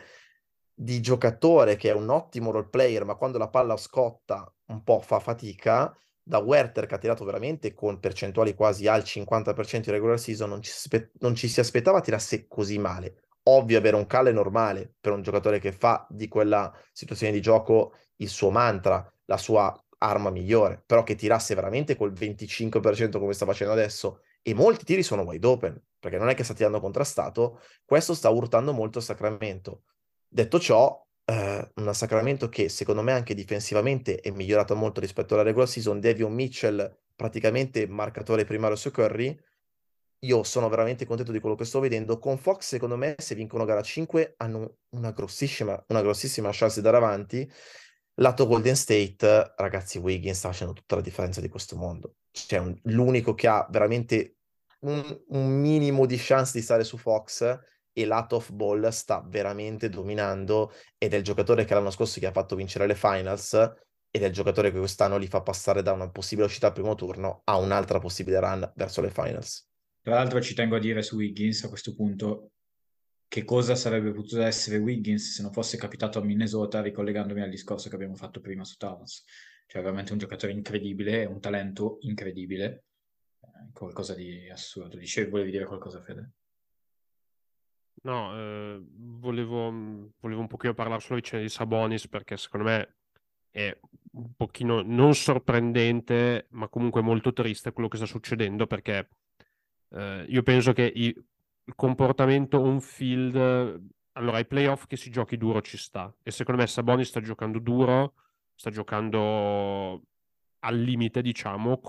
di giocatore che è un ottimo role player, ma quando la palla scotta un po' fa fatica. Da Werther, che ha tirato veramente con percentuali quasi al 50% in regular season, non ci si aspettava tirasse così male. Ovvio, avere un cal è normale per un giocatore che fa di quella situazione di gioco il suo mantra, la sua arma migliore, però che tirasse veramente col 25% come sta facendo adesso, e molti tiri sono wide open, perché non è che sta tirando contrastato, questo sta urtando molto Sacramento. Detto ciò, un Sacramento che secondo me anche difensivamente è migliorato molto rispetto alla regular season. Davion Mitchell praticamente marcatore primario su Curry. Io sono veramente contento di quello che sto vedendo. Con Fox, secondo me, se vincono gara 5, hanno una grossissima chance di andare avanti. Lato Golden State, ragazzi, Wiggins sta facendo tutta la differenza di questo mondo. Cioè, l'unico che ha veramente un minimo di chance di stare su Fox, e lato off ball sta veramente dominando, ed è il giocatore che l'anno scorso gli ha fatto vincere le finals, ed è il giocatore che quest'anno li fa passare da una possibile uscita al primo turno a un'altra possibile run verso le finals. Tra l'altro ci tengo a dire su Wiggins a questo punto che cosa sarebbe potuto essere Wiggins se non fosse capitato a Minnesota, ricollegandomi al discorso che abbiamo fatto prima su Towns. Cioè veramente un giocatore incredibile, un talento incredibile, qualcosa di assurdo. Dicevi, volevi dire qualcosa, Fede? No, volevo un pochino parlare sulla vicenda di Sabonis, perché secondo me è un pochino non sorprendente, ma comunque molto triste quello che sta succedendo, perché io penso che il comportamento on field, allora ai playoff che si giochi duro ci sta, e secondo me Sabonis sta giocando duro, sta giocando al limite, diciamo,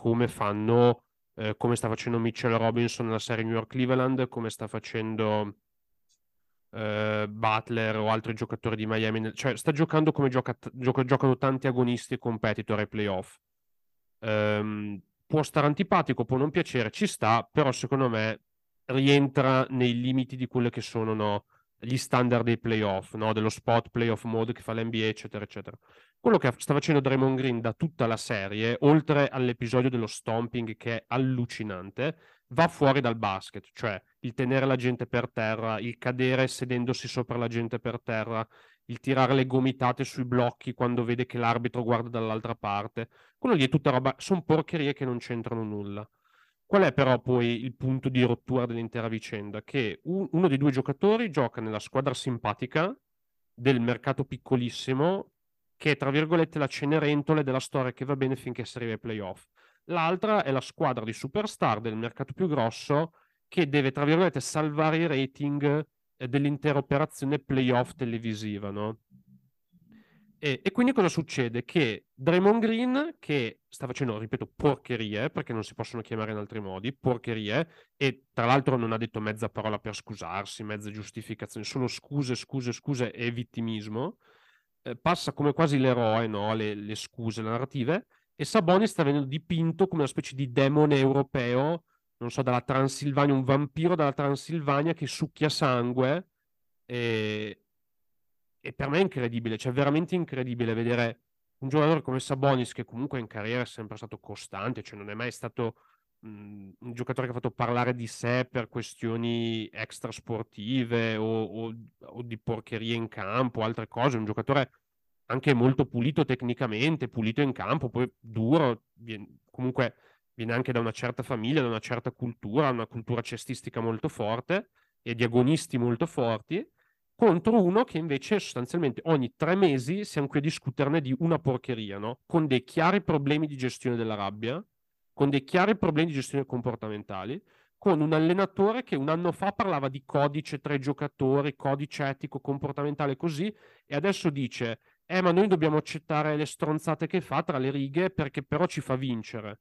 come sta facendo Mitchell Robinson nella serie New York-Cleveland, come sta facendo Butler o altri giocatori di Miami, cioè sta giocando come giocano tanti agonisti e competitor ai playoff. Può stare antipatico, può non piacere, ci sta, però secondo me rientra nei limiti di quelle che sono, no, gli standard dei playoff, no, dello spot playoff mode che fa l'NBA, eccetera, eccetera. Quello che sta facendo Draymond Green da tutta la serie, oltre all'episodio dello stomping che è allucinante, va fuori dal basket, cioè il tenere la gente per terra, il cadere sedendosi sopra la gente per terra, il tirare le gomitate sui blocchi quando vede che l'arbitro guarda dall'altra parte. Quello lì è tutta roba, sono porcherie che non c'entrano nulla. Qual è però poi il punto di rottura dell'intera vicenda? Che uno dei due giocatori gioca nella squadra simpatica del mercato piccolissimo, che è tra virgolette la Cenerentole della storia che va bene finché si arriva ai playoff. L'altra è la squadra di superstar del mercato più grosso, che deve tra virgolette salvare i rating dell'intera operazione playoff televisiva, no? E quindi cosa succede? Che Draymond Green, che sta facendo, ripeto, porcherie, perché non si possono chiamare in altri modi, porcherie, e tra l'altro non ha detto mezza parola per scusarsi, mezza giustificazione, solo scuse, scuse, scuse e vittimismo, passa come quasi l'eroe, no? Le scuse, le narrative, e Sabonis sta venendo dipinto come una specie di demone europeo, non so, dalla Transilvania, un vampiro dalla Transilvania che succhia sangue, e, e per me è incredibile, cioè veramente incredibile vedere un giocatore come Sabonis, che comunque in carriera è sempre stato costante, cioè non è mai stato un giocatore che ha fatto parlare di sé per questioni extrasportive o di porcherie in campo, altre cose, un giocatore anche molto pulito tecnicamente, pulito in campo, poi duro, comunque viene anche da una certa famiglia, da una certa cultura, una cultura cestistica molto forte e di agonisti molto forti, contro uno che invece sostanzialmente ogni 3 mesi siamo qui a discuterne di una porcheria, no? Con dei chiari problemi di gestione della rabbia, con dei chiari problemi di gestione comportamentali, con un allenatore che un anno fa parlava di codice tra i giocatori, codice etico, comportamentale così, e adesso dice, ma noi dobbiamo accettare le stronzate che fa tra le righe perché però ci fa vincere.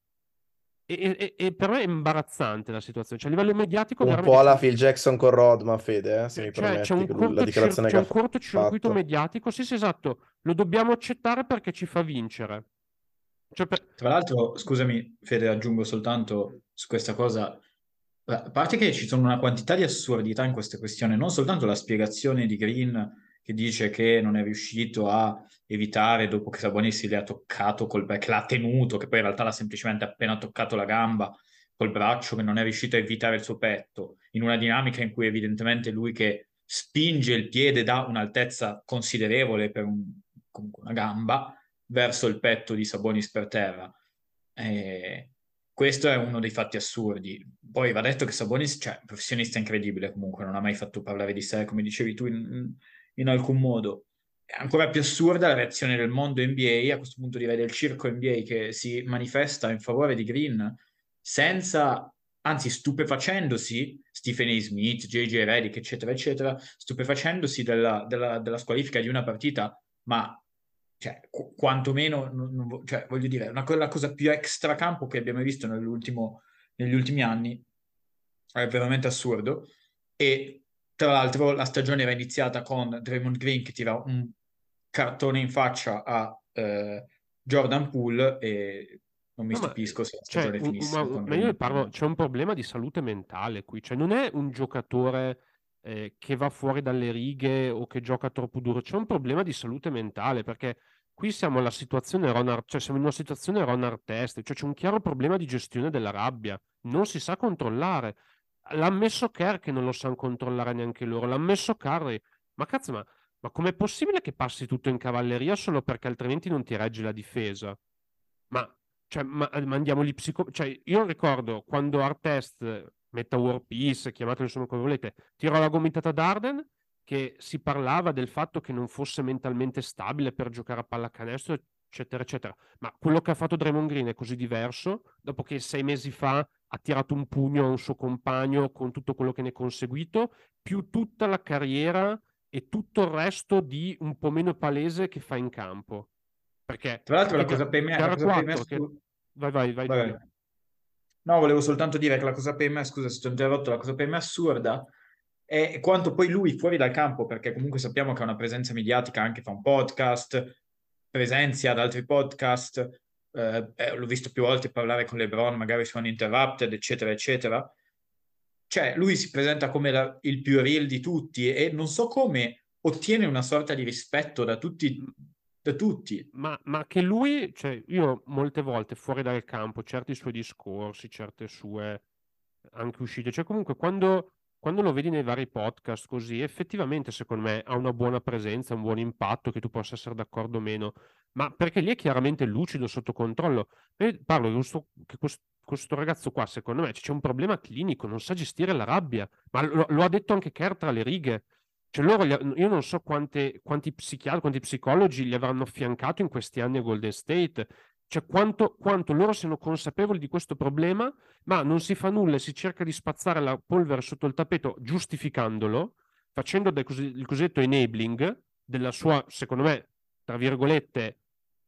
E per me è imbarazzante la situazione, cioè a livello mediatico Un veramente po' alla Phil Jackson con Rodman, Fede, se mi c'è permetti, un la dichiarazione che ha cortocircuito fatto. mediatico, sì, esatto, lo dobbiamo accettare perché ci fa vincere. Cioè, Tra l'altro, scusami, Fede, aggiungo soltanto su questa cosa. A parte che ci sono una quantità di assurdità in queste questioni, non soltanto la spiegazione di Green che dice che non è riuscito a evitare dopo che Sabonis le ha toccato che l'ha tenuto, che poi in realtà l'ha semplicemente appena toccato la gamba col braccio, che non è riuscito a evitare il suo petto, in una dinamica in cui evidentemente lui che spinge il piede da un'altezza considerevole per comunque una gamba verso il petto di Sabonis per terra. Eh, Questo è uno dei fatti assurdi. Poi va detto che Sabonis, cioè, professionista incredibile comunque, non ha mai fatto parlare di sé, come dicevi tu, in alcun modo. È ancora più assurda la reazione del mondo NBA, a questo punto direi del circo NBA, che si manifesta in favore di Green senza, anzi stupefacendosi, Stephen A. Smith, J.J. Redick, eccetera, eccetera, stupefacendosi della squalifica di una partita, ma cioè, quantomeno, cioè, voglio dire, la cosa più extracampo che abbiamo visto negli ultimi anni è veramente assurdo. E tra l'altro la stagione era iniziata con Draymond Green che tira un cartone in faccia a Jordan Poole e non mi no, ma stupisco se la cioè, stagione finisse con ma io Draymond parlo, Green. c'è un problema di salute mentale qui, cioè non è un giocatore che va fuori dalle righe o che gioca troppo duro, c'è un problema di salute mentale perché qui siamo alla situazione cioè siamo in una situazione Ron Artest, cioè c'è un chiaro problema di gestione della rabbia, non si sa controllare. L'ha ammesso Kerr che non lo sanno controllare neanche loro, l'ha ammesso Curry, ma cazzo, ma com'è possibile che passi tutto in cavalleria solo perché altrimenti non ti reggi la difesa? Ma, cioè, mandiamo gli Cioè, io ricordo quando Artest, Meta War Peace, chiamatelo insomma come volete, tirò la gomitata ad Arden, che si parlava del fatto che non fosse mentalmente stabile per giocare a pallacanestro, eccetera, eccetera. Ma quello che ha fatto Draymond Green è così diverso, dopo che 6 mesi fa ha tirato un pugno a un suo compagno con tutto quello che ne è conseguito, più tutta la carriera e tutto il resto di un po' meno palese che fa in campo. Perché Tra l'altro anche la gara cosa per me 4 che... Vai, Vai, dimmi. vai. No, volevo soltanto dire che la cosa per me, scusa se ti ho interrotto, la cosa per me assurda è quanto poi lui fuori dal campo, perché comunque sappiamo che ha una presenza mediatica, anche fa un podcast, presenzia ad altri podcast, l'ho visto più volte parlare con LeBron, magari su Uninterrupted, eccetera, eccetera. Cioè, lui si presenta come il più real di tutti e non so come ottiene una sorta di rispetto da tutti, da tutti. Ma che lui, cioè io molte volte fuori dal campo, certi suoi discorsi, certe sue anche uscite, cioè comunque quando lo vedi nei vari podcast così, effettivamente secondo me ha una buona presenza, un buon impatto, che tu possa essere d'accordo o meno, ma perché lì è chiaramente lucido, sotto controllo. Io parlo che questo ragazzo qua, secondo me, c'è un problema clinico, non sa gestire la rabbia, ma lo ha detto anche Kerr tra le righe. Cioè io non so quanti psichiatri, quanti psicologi gli avranno affiancato in questi anni a Golden State, cioè quanto loro siano consapevoli di questo problema, ma non si fa nulla e si cerca di spazzare la polvere sotto il tappeto giustificandolo, facendo il cosiddetto enabling della sua, secondo me, tra virgolette,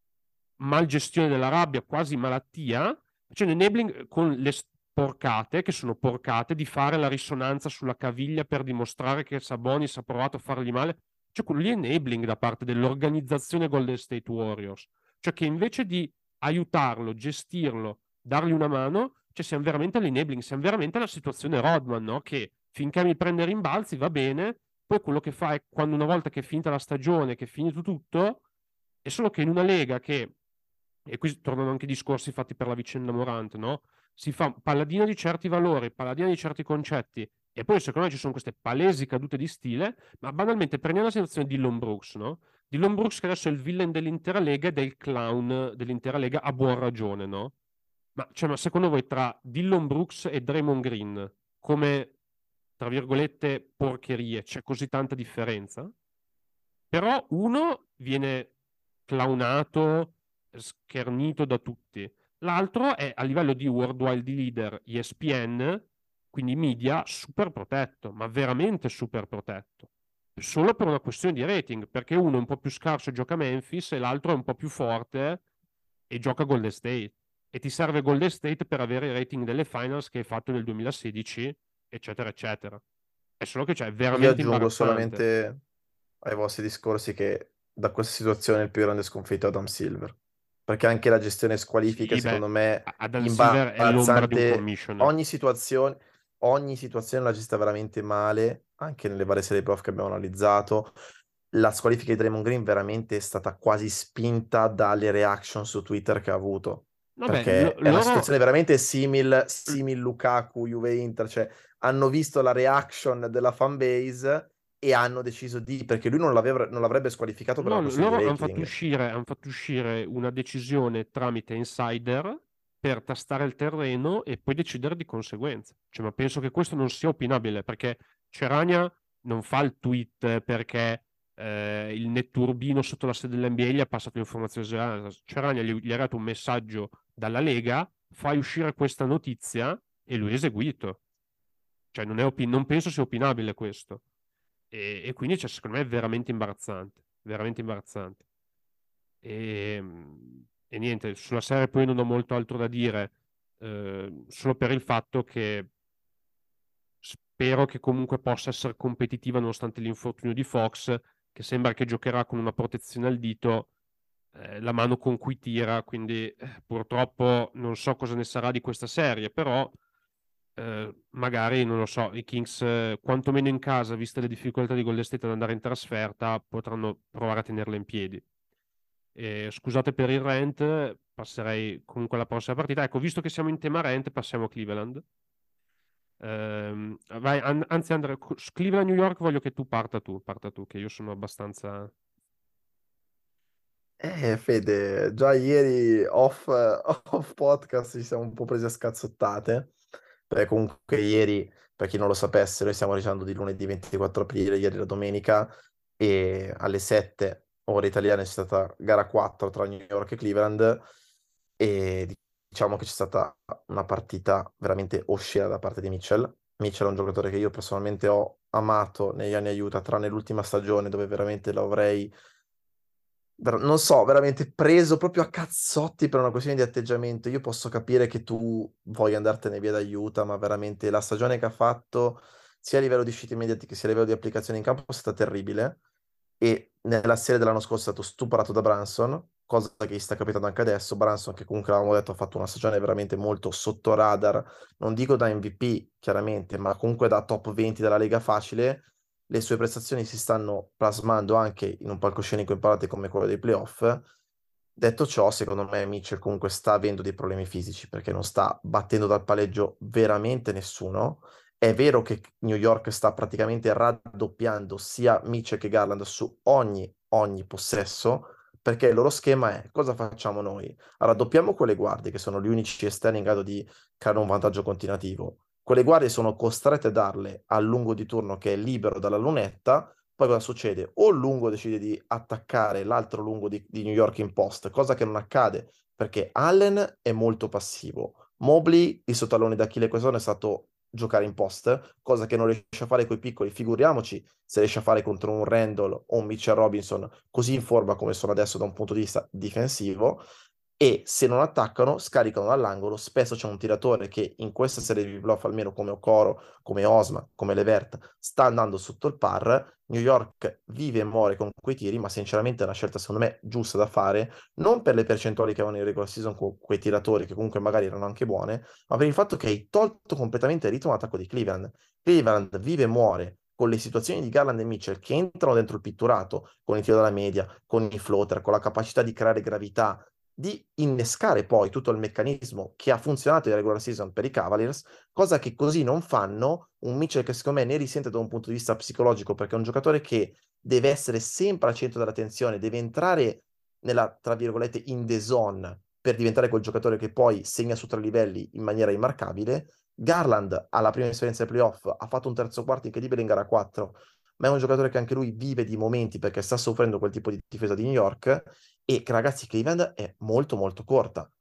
malgestione della rabbia, quasi malattia, facendo enabling con le porcate, che sono porcate, di fare la risonanza sulla caviglia per dimostrare che Sabonis ha provato a fargli male. Cioè, quello lì è enabling da parte dell'organizzazione Golden State Warriors. Cioè, che invece di aiutarlo, gestirlo, dargli una mano, cioè siamo veramente all'enabling, siamo veramente alla situazione Rodman, no? Che finché mi prende rimbalzi va bene, poi quello che fa è quando una volta che è finita la stagione, che è finito tutto, è solo che in una lega che, e qui tornano anche i discorsi fatti per la vicenda Morant, no? Si fa paladino di certi valori, paladino di certi concetti, e poi secondo me ci sono queste palesi cadute di stile, ma banalmente prendiamo la situazione di Dillon Brooks, no? Dillon Brooks che adesso è il villain dell'intera lega ed è il clown dell'intera lega, a buon ragione, no? Ma secondo voi tra Dillon Brooks e Draymond Green, come, tra virgolette, porcherie, c'è così tanta differenza? Però uno viene clownato, schernito da tutti. L'altro è a livello di worldwide leader ESPN, quindi media super protetto, ma veramente super protetto, solo per una questione di rating, perché uno è un po' più scarso e gioca a Memphis e l'altro è un po' più forte e gioca a Golden State, e ti serve Golden State per avere il rating delle finals che hai fatto nel 2016, eccetera eccetera. È solo che è Io veramente aggiungo imbarazzante. solamente ai vostri discorsi che da questa situazione il più grande sconfitto è Adam Silver, perché anche la gestione squalifiche Sì, beh, secondo me è Adam Silver è l'ombra di un imbarazzante. commissioner. Ogni situazione la gesta veramente male, anche nelle varie serie playoff che abbiamo analizzato. La squalifica di Draymond Green veramente è stata quasi spinta dalle reaction su Twitter che ha avuto, Vabbè, perché è una loro, situazione veramente simil Lukaku, Juve Inter, cioè hanno visto la reaction della fanbase e hanno deciso perché lui non l'avrebbe squalificato per no, una questione di loro rating. han fatto uscire una decisione tramite insider per tastare il terreno e poi decidere di conseguenza. Cioè, ma penso che questo non sia opinabile, perché Cerania non fa il tweet perché il netturbino sotto la sede dell'NBA gli ha passato l'informazione esagerata. Cerania gli ha dato un messaggio dalla Lega, fai uscire questa notizia e lui ha eseguito. Cioè, non penso sia opinabile questo. E quindi, secondo me, è veramente imbarazzante. Veramente imbarazzante. E, e niente, sulla serie poi non ho molto altro da dire, solo per il fatto che spero che comunque possa essere competitiva nonostante l'infortunio di Fox, che sembra che giocherà con una protezione al dito, la mano con cui tira, quindi purtroppo non so cosa ne sarà di questa serie, però magari, non lo so, i Kings, quantomeno in casa, viste le difficoltà di Golden State ad andare in trasferta, potranno provare a tenerla in piedi. Scusate per il rant, passerei comunque alla prossima partita. Ecco, visto che siamo in tema rant, passiamo a Cleveland. Vai, anzi, Andrea, Cleveland New York voglio che tu parta tu, che io sono abbastanza... Fede, già ieri off podcast ci siamo un po' presi a scazzottate, perché comunque ieri, per chi non lo sapesse, noi stiamo registrando di lunedì 24 aprile, ieri la domenica, e alle 7 ore italiane c'è stata gara 4 tra New York e Cleveland, e diciamo che c'è stata una partita veramente oscena da parte di Mitchell. Mitchell è un giocatore che io personalmente ho amato negli anni a Utah, tranne l'ultima stagione dove veramente lo avrei non so, veramente preso proprio a cazzotti per una questione di atteggiamento. Io posso capire che tu voglia andartene via da Utah, ma veramente la stagione che ha fatto, sia a livello di uscite mediatiche sia a livello di applicazione in campo, è stata terribile. E nella serie dell'anno scorso è stato stuprato da Branson, cosa che gli sta capitando anche adesso. Branson, che comunque avevamo detto ha fatto una stagione veramente molto sotto radar, non dico da MVP, chiaramente, ma comunque da top 20 della Lega facile. Le sue prestazioni si stanno plasmando anche in un palcoscenico in parte come quello dei playoff. Detto ciò, secondo me Mitchell comunque sta avendo dei problemi fisici perché non sta battendo dal palleggio veramente nessuno. È vero che New York sta praticamente raddoppiando sia Mitchell che Garland su ogni possesso, perché il loro schema è: cosa facciamo noi? Raddoppiamo quelle guardie che sono gli unici esterni in grado di creare un vantaggio continuativo. Quelle guardie sono costrette a darle al lungo di turno che è libero dalla lunetta. Poi cosa succede? O il lungo decide di attaccare l'altro lungo di New York in post, cosa che non accade perché Allen è molto passivo. Mobley, il suo tallone d'Achille quest'anno è stato giocare in post, cosa che non riesce a fare con i piccoli. Figuriamoci se riesce a fare contro un Randall o un Mitchell Robinson così in forma come sono adesso da un punto di vista difensivo. E se non attaccano, scaricano dall'angolo. Spesso c'è un tiratore che in questa serie di playoff, almeno come Okoro, come Osma, come Levert, sta andando sotto il par. New York vive e muore con quei tiri, ma sinceramente è una scelta secondo me giusta da fare, non per le percentuali che avevano in regular season con quei tiratori che comunque magari erano anche buone, ma per il fatto che hai tolto completamente il ritmo d'attacco di Cleveland. Cleveland vive e muore con le situazioni di Garland e Mitchell che entrano dentro il pitturato, con il tiro dalla media, con i floater, con la capacità di creare gravità, di innescare poi tutto il meccanismo che ha funzionato in regular season per i Cavaliers, cosa che così non fanno un Mitchell che secondo me ne risente da un punto di vista psicologico, perché è un giocatore che deve essere sempre al centro dell'attenzione, deve entrare nella, tra virgolette, in the zone per diventare quel giocatore che poi segna su 3 livelli in maniera immarcabile. Garland, alla prima esperienza ai playoff, ha fatto un terzo quarto incredibile in gara 4, ma è un giocatore che anche lui vive di momenti perché sta soffrendo quel tipo di difesa di New York e che ragazzi Cleveland è molto molto corta.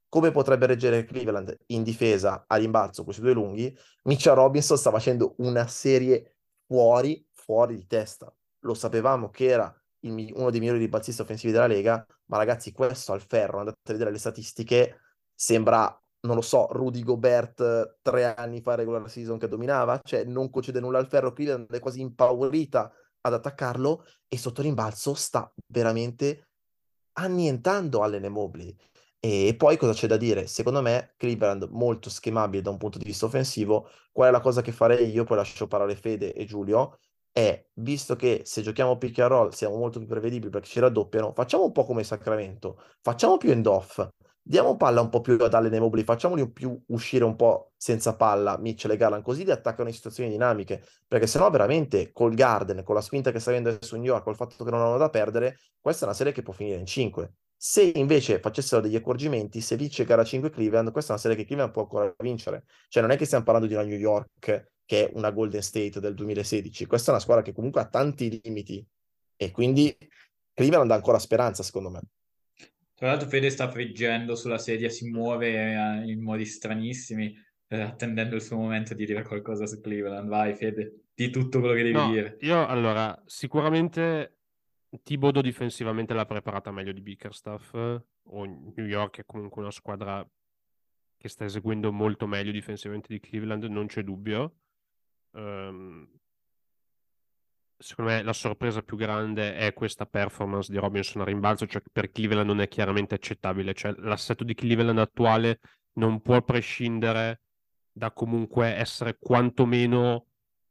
come potrebbe reggere Cleveland in difesa a rimbalzo questi due lunghi, Mitchell Robinson sta facendo una serie fuori di testa. Lo sapevamo che era uno dei migliori rimbalzisti offensivi della Lega, ma ragazzi, questo al ferro, andate a vedere le statistiche, sembra, non lo so, Rudy Gobert 3 anni fa regular season che dominava, cioè non concede nulla al ferro, Cleveland è quasi impaurita ad attaccarlo e sotto rimbalzo sta veramente annientando Allen Mobley. E poi cosa c'è da dire? Secondo me Cleveland molto schemabile da un punto di vista offensivo. Qual è la cosa che farei io? Poi lascio parlare Fede e Giulio. È, visto che se giochiamo pick and roll siamo molto più prevedibili perché ci raddoppiano, facciamo un po' come Sacramento, facciamo più end-off, diamo palla un po' più ad Allen Mobley, facciamoli più uscire un po' senza palla, Mitchell e Garland, così li attaccano in situazioni dinamiche, perché sennò veramente col Garden, con la spinta che sta avendo adesso New York, col fatto che non hanno da perdere, questa è una serie che può finire in 5. Se invece facessero degli accorgimenti, se vince gara 5 Cleveland, questa è una serie che Cleveland può ancora vincere. Cioè non è che stiamo parlando di una New York che è una Golden State del 2016, questa è una squadra che comunque ha tanti limiti e quindi Cleveland ha ancora speranza, secondo me. Tra l'altro Fede sta friggendo sulla sedia, si muove in modi stranissimi, attendendo il suo momento di dire qualcosa su Cleveland. Vai Fede, di tutto quello che devi No, dire. io allora, sicuramente Thibodeau difensivamente l'ha preparata meglio di Bickerstaff, o New York è comunque una squadra che sta eseguendo molto meglio difensivamente di Cleveland, non c'è dubbio. Ehm, Secondo me la sorpresa più grande è questa performance di Robinson a rimbalzo, cioè che per Cleveland non è chiaramente accettabile, cioè l'assetto di Cleveland attuale non può prescindere da comunque essere quantomeno,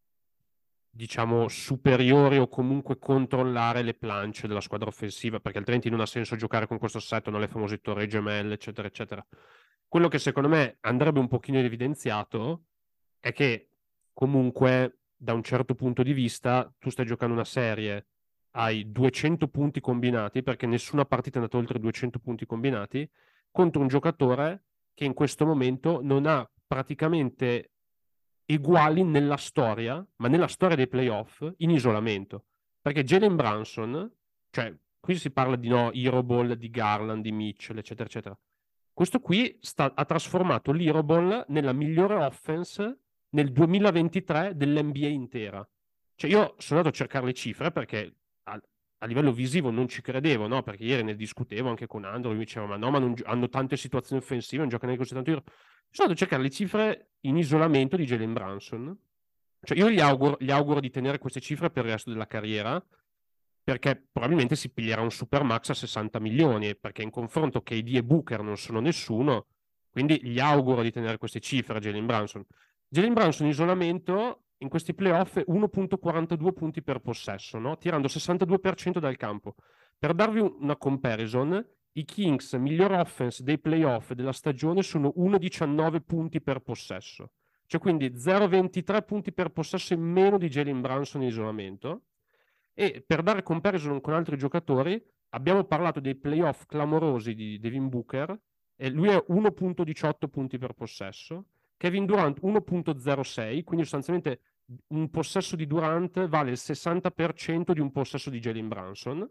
diciamo, superiori o comunque controllare le planche della squadra offensiva, perché altrimenti non ha senso giocare con questo assetto, non le famose torri gemelle, eccetera, eccetera. Quello che secondo me andrebbe un pochino evidenziato è che comunque da un certo punto di vista tu stai giocando una serie, hai 200 punti combinati, perché nessuna partita è andata oltre 200 punti combinati, contro un giocatore che in questo momento non ha praticamente uguali nella storia, ma nella storia dei playoff, in isolamento. Perché Jalen Brunson, cioè qui si parla di no, Hero Ball, di Garland, di Mitchell, eccetera, eccetera. Questo qui ha trasformato l'Hero Ball nella migliore offense nel 2023 dell'NBA intera. Cioè io sono andato a cercare le cifre perché a livello visivo non ci credevo, no? Perché ieri ne discutevo anche con Andro, lui mi diceva ma no, ma non hanno tante situazioni offensive, non giocano neanche così tanto. Sono andato a cercare le cifre in isolamento di Jalen Brunson. Cioè io gli auguro di tenere queste cifre per il resto della carriera, perché probabilmente si piglierà un supermax a 60 milioni, perché in confronto KD e Booker non sono nessuno, quindi gli auguro di tenere queste cifre a Jalen Brunson. Jalen Brunson in isolamento in questi playoff 1.42 punti per possesso, no? Tirando 62% dal campo. Per darvi una comparison, i Kings miglior offense dei playoff della stagione sono 1,19 punti per possesso, cioè quindi 0,23 punti per possesso in meno di Jalen Brunson in isolamento. E per dare comparison con altri giocatori abbiamo parlato dei playoff clamorosi di Devin Booker e lui è 1,18 punti per possesso, Kevin Durant 1,06, quindi sostanzialmente un possesso di Durant vale il 60% di un possesso di Jalen Brunson,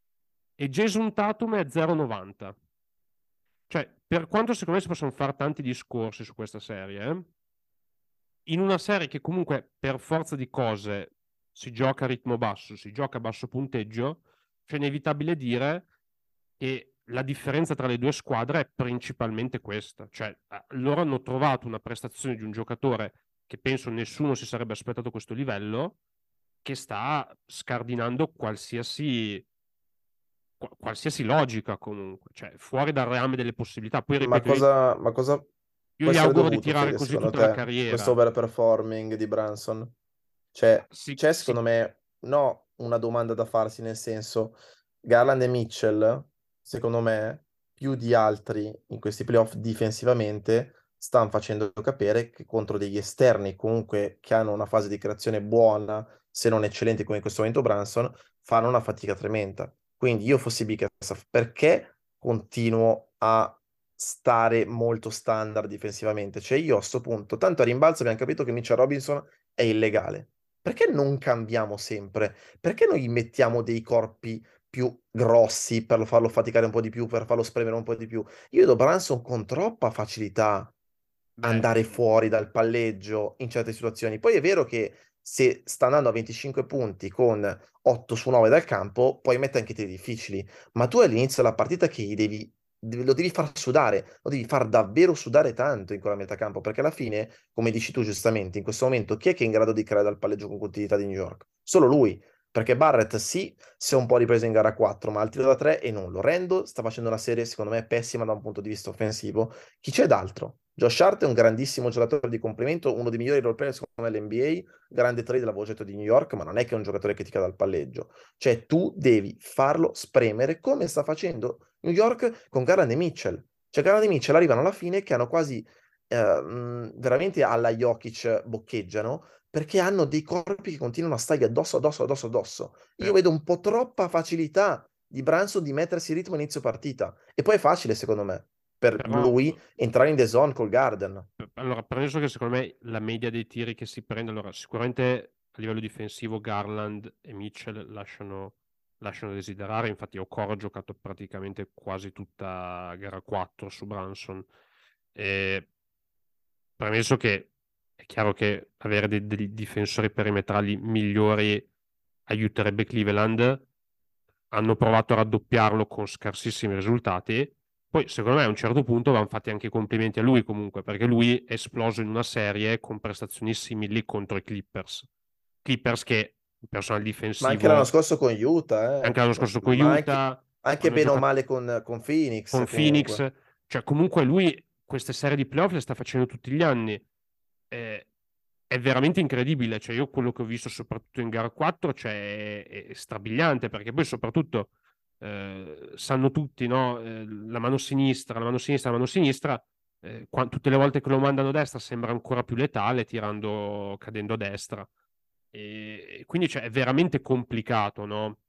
e Jason Tatum è 0,90. Cioè, per quanto secondo me si possono fare tanti discorsi su questa serie, in una serie che comunque per forza di cose si gioca a ritmo basso, si gioca a basso punteggio, c'è inevitabile dire che la differenza tra le due squadre è principalmente questa. Cioè, loro hanno trovato una prestazione di un giocatore che penso nessuno si sarebbe aspettato a questo livello, che sta scardinando qualsiasi logica comunque, cioè fuori dal reame delle possibilità. Poi ripeto, Ma cosa io può gli essere auguro di dovuto, tirare Fede, così secondo tutta la te, questo carriera. overperforming di Brunson? Cioè, Sì, c'è sì, secondo me, no, una domanda da farsi, nel senso, Garland e Mitchell, secondo me, più di altri in questi playoff difensivamente, stanno facendo capire che contro degli esterni comunque che hanno una fase di creazione buona, se non eccellente come in questo momento Brunson, fanno una fatica tremenda. Quindi io fossi Bickerstaff, perché continuo a stare molto standard difensivamente? Cioè io a sto punto, tanto a rimbalzo abbiamo capito che Mitchell Robinson è illegale. Perché non cambiamo sempre? Perché noi mettiamo dei corpi più grossi per farlo faticare un po' di più, per farlo spremere un po' di più. Io vedo Branson con troppa facilità Beh, andare fuori dal palleggio in certe situazioni. Poi è vero che se sta andando a 25 punti con 8 su 9 dal campo, poi mette anche tiri difficili, ma tu all'inizio della partita che lo devi far sudare, lo devi far davvero sudare tanto in quella metà campo, perché alla fine, come dici tu giustamente, in questo momento chi è che è in grado di creare dal palleggio con continuità di New York? Solo lui. Perché Barrett sì, si è un po' ripreso in gara 4, ma al tiro da 3 e non. Lorendo sta facendo una serie, secondo me, pessima da un punto di vista offensivo. Chi c'è d'altro? Josh Hart è un grandissimo giocatore di complemento, uno dei migliori role player secondo me dell'NBA, grande trade dell'avvocato di New York, ma non è che è un giocatore che ti cade dal palleggio. Cioè tu devi farlo spremere come sta facendo New York con Garland e Mitchell. Cioè Garland e Mitchell arrivano alla fine che hanno quasi veramente alla Jokic boccheggiano perché hanno dei corpi che continuano a stargli addosso, addosso, addosso, addosso. Io eh, vedo un po' troppa facilità di Branson di mettersi in ritmo a inizio partita. E poi è facile, secondo me, per però lui entrare in the zone col Garden. allora, premesso che secondo me la media dei tiri che si prende, allora sicuramente a livello difensivo Garland e Mitchell lasciano desiderare, infatti Okoro ha giocato praticamente quasi tutta gara 4 su Branson. E premesso che è chiaro che avere dei difensori perimetrali migliori aiuterebbe Cleveland, hanno provato a raddoppiarlo con scarsissimi risultati. Poi, secondo me, a un certo punto vanno fatti anche i complimenti a lui comunque, perché lui è esploso in una serie con prestazioni simili contro i Clippers. Clippers che, il personale Ma anche l'anno difensivo, scorso con Utah, anche l'anno scorso con ma anche, Utah, anche hanno bene o giocato male con con Phoenix comunque. Phoenix, cioè comunque lui queste serie di playoff le sta facendo tutti gli anni. Eh, è veramente incredibile, cioè io quello che ho visto soprattutto in gara 4 cioè, è strabiliante, perché poi soprattutto sanno tutti, no? La mano sinistra, la mano sinistra, la mano sinistra, tutte le volte che lo mandano a destra sembra ancora più letale cadendo a destra. E quindi cioè, è veramente complicato, no?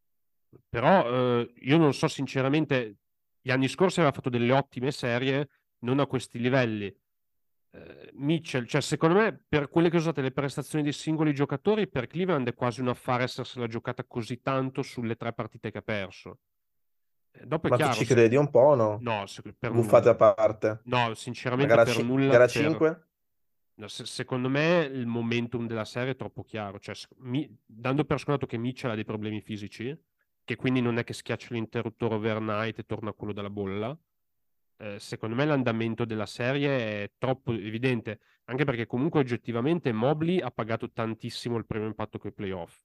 Però io non so sinceramente, gli anni scorsi aveva fatto delle ottime serie, non a questi livelli. Mitchell, cioè secondo me per quelle che sono state le prestazioni dei singoli giocatori, per Cleveland è quasi un affare essersela giocata così tanto sulle 3 partite che ha perso. Dopo è Ma tu chiaro, ci credi un po' o no? no, per Buffate nulla. a parte. No, Ma sinceramente per nulla. gara 5? No, secondo me il momentum della serie è troppo chiaro. Cioè, dando per scontato che Mitchell ha dei problemi fisici, che quindi non è che schiaccia l'interruttore overnight e torna quello dalla bolla. Secondo me l'andamento della serie è troppo evidente, anche perché comunque oggettivamente Mobley ha pagato tantissimo il primo impatto con i playoff,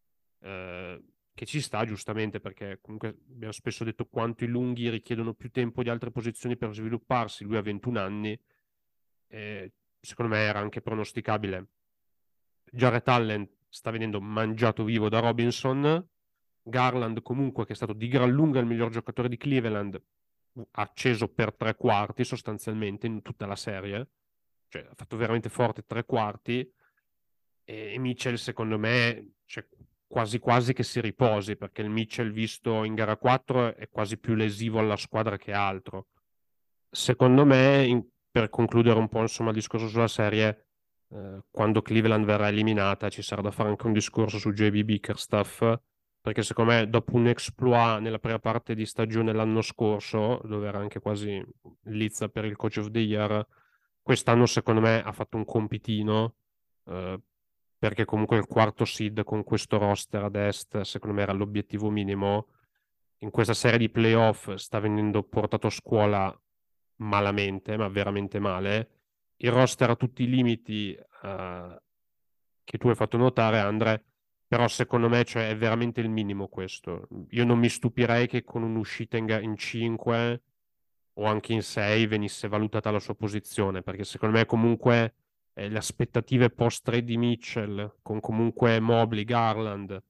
che ci sta giustamente perché comunque abbiamo spesso detto quanto i lunghi richiedono più tempo di altre posizioni per svilupparsi, lui ha 21 anni, secondo me era anche pronosticabile. Jarrett Allen sta venendo mangiato vivo da Robinson, Garland comunque che è stato di gran lunga il miglior giocatore di Cleveland, acceso per 3 quarti sostanzialmente in tutta la serie, cioè ha fatto veramente forte 3 quarti, e Mitchell secondo me cioè, quasi quasi che si riposi, perché il Mitchell visto in gara 4 è quasi più lesivo alla squadra che altro. Secondo me, per concludere un po' insomma il discorso sulla serie, quando Cleveland verrà eliminata ci sarà da fare anche un discorso su JB Bickerstaff, perché secondo me dopo un exploit nella prima parte di stagione l'anno scorso, dove era anche quasi lizza per il Coach of the Year, quest'anno secondo me ha fatto un compitino, eh, perché comunque il quarto seed con questo roster ad est secondo me era l'obiettivo minimo. In questa serie di playoff sta venendo portato a scuola malamente, ma veramente male. Il roster ha tutti i limiti che tu hai fatto notare, Andre, però secondo me cioè, è veramente il minimo questo. Io non mi stupirei che con un'uscita in 5 o anche in 6 venisse valutata la sua posizione, perché secondo me comunque le aspettative post-trade di Mitchell, con comunque Mobley, Garland,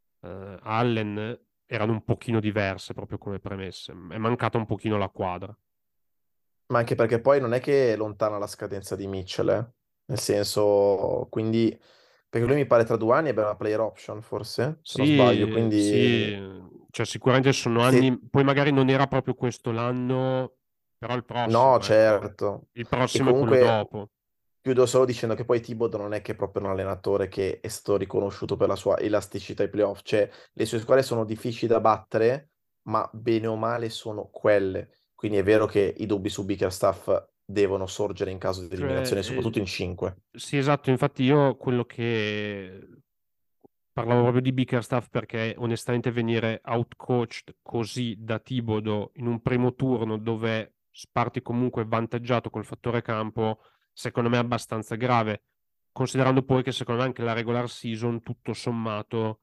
Allen, erano un pochino diverse proprio come premesse. È mancata un pochino la quadra. Ma anche perché poi non è che è lontana la scadenza di Mitchell, eh. Nel senso, quindi, perché lui mi pare tra 2 anni abbia una player option, forse, se non sbaglio, Sì, quindi sì, cioè sicuramente sono se... anni, poi magari non era proprio questo l'anno, però il No, prossimo, ecco. certo. Il E prossimo è quello comunque dopo. Chiudo solo dicendo che poi Thibodeau non è che è proprio un allenatore che è stato riconosciuto per la sua elasticità ai playoff, cioè le sue squadre sono difficili da battere, ma bene o male sono quelle. Quindi è vero che i dubbi su Bickerstaff devono sorgere in caso di Cioè, eliminazione, soprattutto in 5. sì, esatto, infatti io quello che parlavo proprio di Bickerstaff perché onestamente venire outcoached così da Thibodeau in un primo turno dove parti comunque vantaggiato col fattore campo, secondo me è abbastanza grave, considerando poi che secondo me anche la regular season, tutto sommato,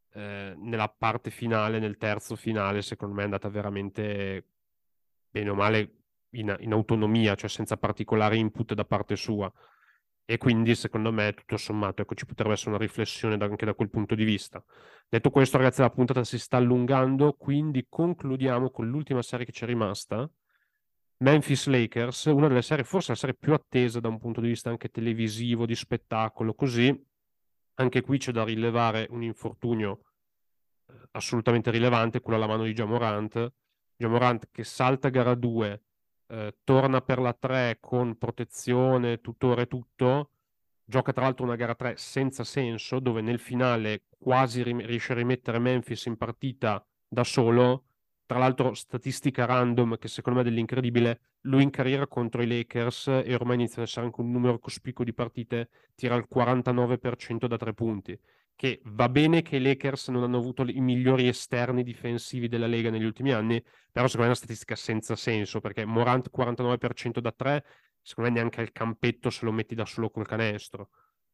nella parte finale, nel terzo finale, secondo me è andata veramente bene o male in autonomia, cioè senza particolari input da parte sua. E quindi, secondo me, tutto sommato, ecco, ci potrebbe essere una riflessione anche da quel punto di vista. Detto questo, ragazzi, la puntata si sta allungando, quindi concludiamo con l'ultima serie che ci è rimasta. Memphis Lakers, una delle serie, forse la serie più attesa da un punto di vista anche televisivo, di spettacolo, così. Anche qui c'è da rilevare un infortunio assolutamente rilevante, quello alla mano di Ja Morant. Ja Morant che salta gara 2, torna per la 3 con protezione, tutore e tutto, gioca tra l'altro una gara 3 senza senso, dove nel finale quasi riesce a rimettere Memphis in partita da solo. Tra l'altro, statistica random che secondo me è dell'incredibile, lui in carriera contro i Lakers e ormai inizia ad essere anche un numero cospicuo di partite, tira il 49% da 3 punti, che va bene che i Lakers non hanno avuto i migliori esterni difensivi della Lega negli ultimi anni, però secondo me è una statistica senza senso, perché Morant 49% da 3, secondo me neanche al campetto se lo metti da solo col canestro.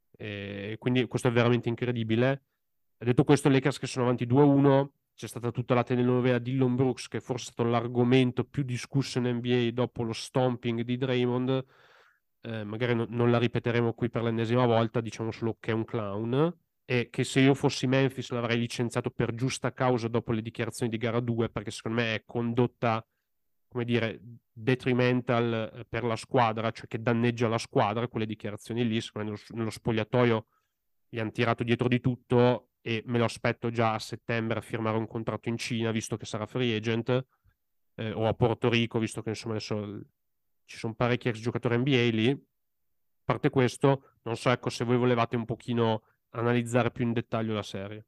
E quindi questo è veramente incredibile. Detto questo, i Lakers che sono avanti 2-1, c'è stata tutta la telenovela Dillon Brooks, che è forse stato l'argomento più discusso in NBA dopo lo stomping di Draymond. Magari non la ripeteremo qui per l'ennesima volta, diciamo solo che è un clown e che se io fossi Memphis l'avrei licenziato per giusta causa dopo le dichiarazioni di gara 2, perché secondo me è condotta, come dire, detrimental per la squadra, cioè che danneggia la squadra, quelle dichiarazioni lì. Secondo me nello spogliatoio gli hanno tirato dietro di tutto e me lo aspetto già a settembre a firmare un contratto in Cina, visto che sarà free agent, o a Porto Rico, visto che insomma adesso ci sono parecchi ex giocatori NBA lì. A parte questo, non so, ecco, se voi volevate un pochino analizzare più in dettaglio la serie.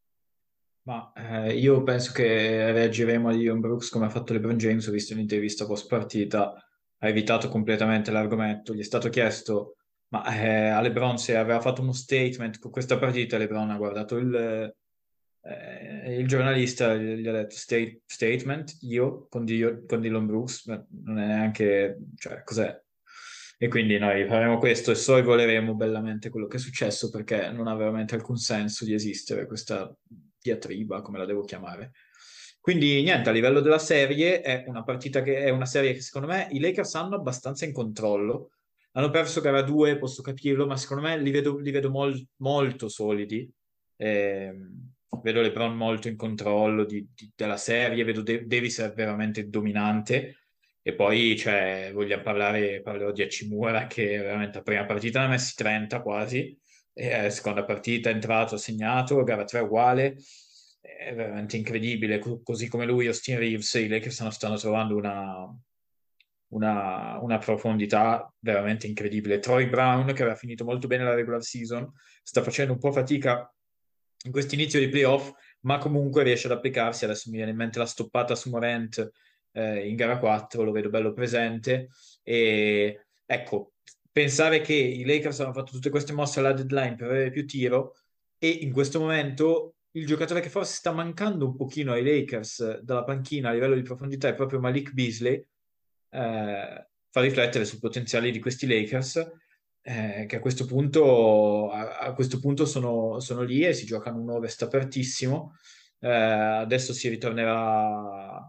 Ma io penso che reagiremo a Dillon Brooks come ha fatto LeBron James. Ho visto un'intervista post partita, ha evitato completamente l'argomento. Gli è stato chiesto, ma a LeBron se aveva fatto uno statement con questa partita. LeBron ha guardato il giornalista, gli ha detto statement, io con Dillon Brooks, ma non è neanche, cioè, cos'è? E quindi noi faremo questo e sorvoleremo bellamente quello che è successo, perché non ha veramente alcun senso di esistere questa diatriba, come la devo chiamare. Quindi niente, a livello della serie è una partita che è una serie che secondo me i Lakers hanno abbastanza in controllo. Hanno perso gara 2, posso capirlo, ma secondo me li vedo molto solidi. Vedo LeBron molto in controllo della serie, vedo Davis è veramente dominante. E poi cioè, parlerò di Hachimura che veramente la prima partita ne ha messi 30 quasi, e seconda partita è entrato, ha segnato, gara 3 uguale, è veramente incredibile. Così come lui, Austin Reeves, i Lakers stanno trovando una profondità veramente incredibile. Troy Brown, che aveva finito molto bene la regular season, sta facendo un po' fatica in questo inizio di playoff, ma comunque riesce ad applicarsi. Adesso mi viene in mente la stoppata su Morant in gara 4, lo vedo bello presente. E ecco, pensare che i Lakers hanno fatto tutte queste mosse alla deadline per avere più tiro, e in questo momento il giocatore che forse sta mancando un pochino ai Lakers dalla panchina a livello di profondità è proprio Malik Beasley. Fa riflettere sul potenziale di questi Lakers, che a questo punto sono lì e si giocano un ovest apertissimo. Adesso si ritornerà,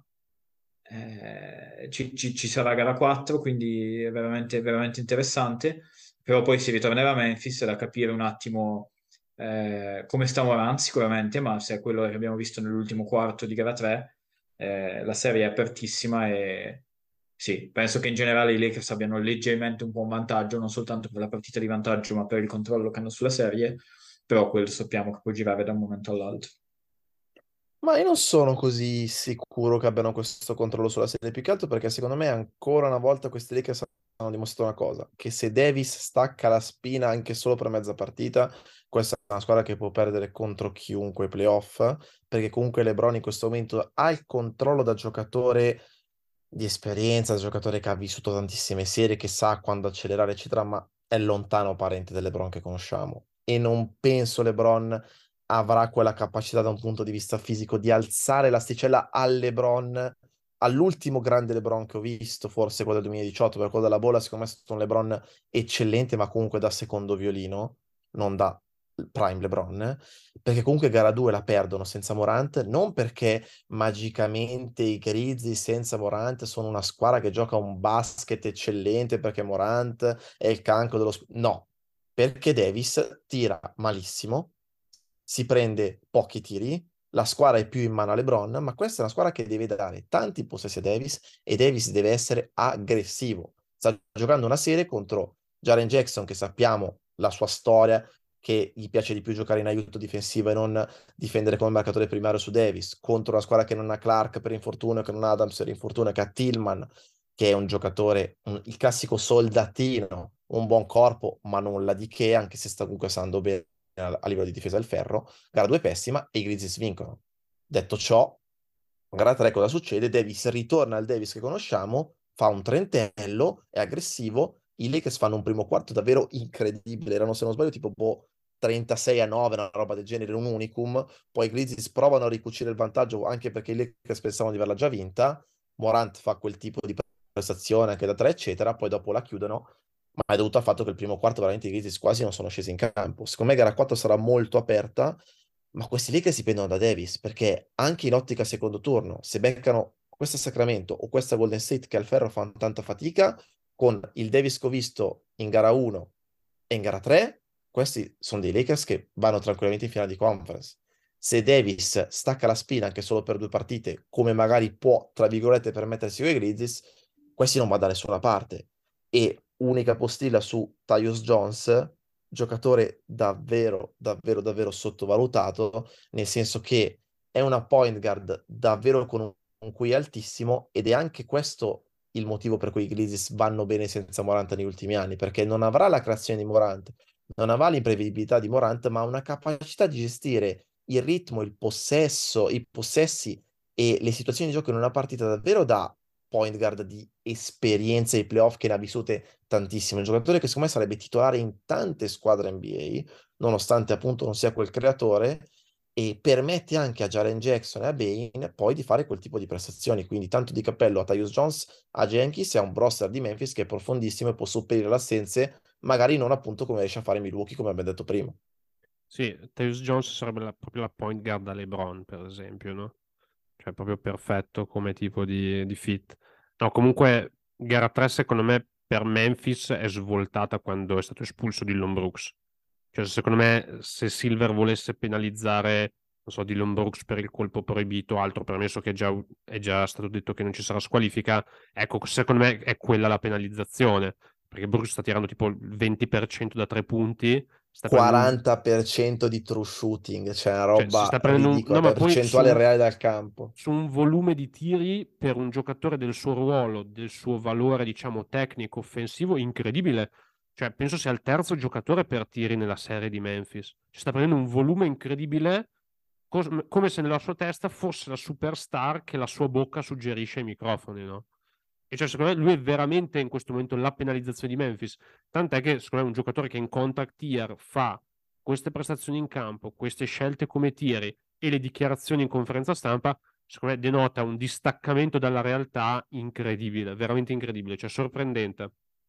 ci sarà gara 4, quindi è veramente, veramente interessante. Però poi si ritornerà a Memphis da capire un attimo come sta Morant sicuramente, ma se è quello che abbiamo visto nell'ultimo quarto di gara 3, la serie è apertissima. E sì, penso che in generale i Lakers abbiano leggermente un po' un vantaggio, non soltanto per la partita di vantaggio, ma per il controllo che hanno sulla serie, però quello sappiamo che può girare da un momento all'altro. Ma io non sono così sicuro che abbiano questo controllo sulla serie, più che altro perché secondo me ancora una volta questi Lakers hanno dimostrato una cosa, che se Davis stacca la spina anche solo per mezza partita, questa è una squadra che può perdere contro chiunque ai playoff, perché comunque LeBron in questo momento ha il controllo da giocatore di esperienza, da giocatore che ha vissuto tantissime serie, che sa quando accelerare, eccetera, ma è lontano parente del LeBron che conosciamo. E non penso LeBron avrà quella capacità da un punto di vista fisico di alzare l'asticella al LeBron, all'ultimo grande LeBron che ho visto, forse quello del 2018, per quello della bolla, secondo me è stato un LeBron eccellente, ma comunque da secondo violino, non da prime LeBron, perché comunque gara 2 la perdono senza Morant, non perché magicamente i Grizzlies senza Morant sono una squadra che gioca un basket eccellente perché Morant è il cancro dello... No, perché Davis tira malissimo, si prende pochi tiri, la squadra è più in mano a LeBron, ma questa è una squadra che deve dare tanti possessi a Davis e Davis deve essere aggressivo. Sta giocando una serie contro Jaren Jackson, che sappiamo la sua storia, che gli piace di più giocare in aiuto difensivo e non difendere come marcatore primario su Davis, contro una squadra che non ha Clark per infortunio, che non ha Adams per infortunio, che ha Tillman, che è un giocatore, il classico soldatino, un buon corpo, ma nulla di che, anche se sta comunque stando bene a livello di difesa del ferro. Gara 2 pessima e i Grizzlies vincono. Detto ciò, gara 3 cosa succede? Davis ritorna al Davis che conosciamo, fa un trentello, è aggressivo, i Lakers fanno un primo quarto davvero incredibile, erano se non sbaglio tipo 36-9, una roba del genere, un unicum, poi i Grizzlies provano a ricucire il vantaggio anche perché i Lakers pensavano di averla già vinta, Morant fa quel tipo di prestazione anche da 3 eccetera, poi dopo la chiudono, ma è dovuto al fatto che il primo quarto veramente i Grizzlies quasi non sono scesi in campo. Secondo me gara 4 sarà molto aperta, ma questi Lakers dipendono da Davis, perché anche in ottica secondo turno, se beccano questa Sacramento o questa Golden State che al ferro fanno tanta fatica, con il Davis che ho visto in gara 1 e in gara 3, questi sono dei Lakers che vanno tranquillamente in finale di conference. Se Davis stacca la spina anche solo per 2 partite, come magari può, tra virgolette, permettersi con i Grizzlies, questi non va da nessuna parte. E unica postilla su Tyus Jones, giocatore davvero, davvero, davvero sottovalutato, nel senso che è una point guard davvero con un QI altissimo ed è anche questo il motivo per cui i Grizzlies vanno bene senza Morant negli ultimi anni, perché non avrà la creazione di Morant, non avrà l'imprevedibilità di Morant, ma ha una capacità di gestire il ritmo, il possesso, i possessi e le situazioni di gioco in una partita davvero da point guard di esperienza ai playoff che ne ha vissute tantissimo. Un giocatore che secondo me sarebbe titolare in tante squadre NBA, nonostante appunto non sia quel creatore, e permette anche a Jaren Jackson e a Bane poi di fare quel tipo di prestazioni. Quindi tanto di cappello a Tyus Jones, a Jenkins e a un roster di Memphis che è profondissimo e può sopperire le assenze, magari non appunto come riesce a fare Milwaukee, come abbiamo detto prima. Sì, Tyus Jones sarebbe proprio la point guard da LeBron, per esempio, no? Cioè, proprio perfetto come tipo di fit. No, comunque, gara 3, secondo me, per Memphis è svoltata quando è stato espulso Dillon Brooks. Cioè, secondo me, se Silver volesse penalizzare, non so, Dillon Brooks per il colpo proibito, altro permesso che è già stato detto che non ci sarà squalifica, ecco, secondo me è quella la penalizzazione. Perché Brooks sta tirando tipo il 20% da 3 punti, sta prendendo 40% di true shooting, cioè una cioè, si roba sta prendendo ridicola, no, ma poi percentuale reale dal campo. su un volume di tiri per un giocatore del suo ruolo, del suo valore, diciamo, tecnico, offensivo, incredibile. Cioè, penso sia il terzo giocatore per tiri nella serie di Memphis. Ci sta prendendo un volume incredibile, come se nella sua testa fosse la superstar che la sua bocca suggerisce ai microfoni, no? E cioè, secondo me, lui è veramente in questo momento la penalizzazione di Memphis. Tant'è che, secondo me, è un giocatore che in contact tier fa queste prestazioni in campo, queste scelte come tiri e le dichiarazioni in conferenza stampa, secondo me denota un distaccamento dalla realtà incredibile, veramente incredibile, cioè sorprendente.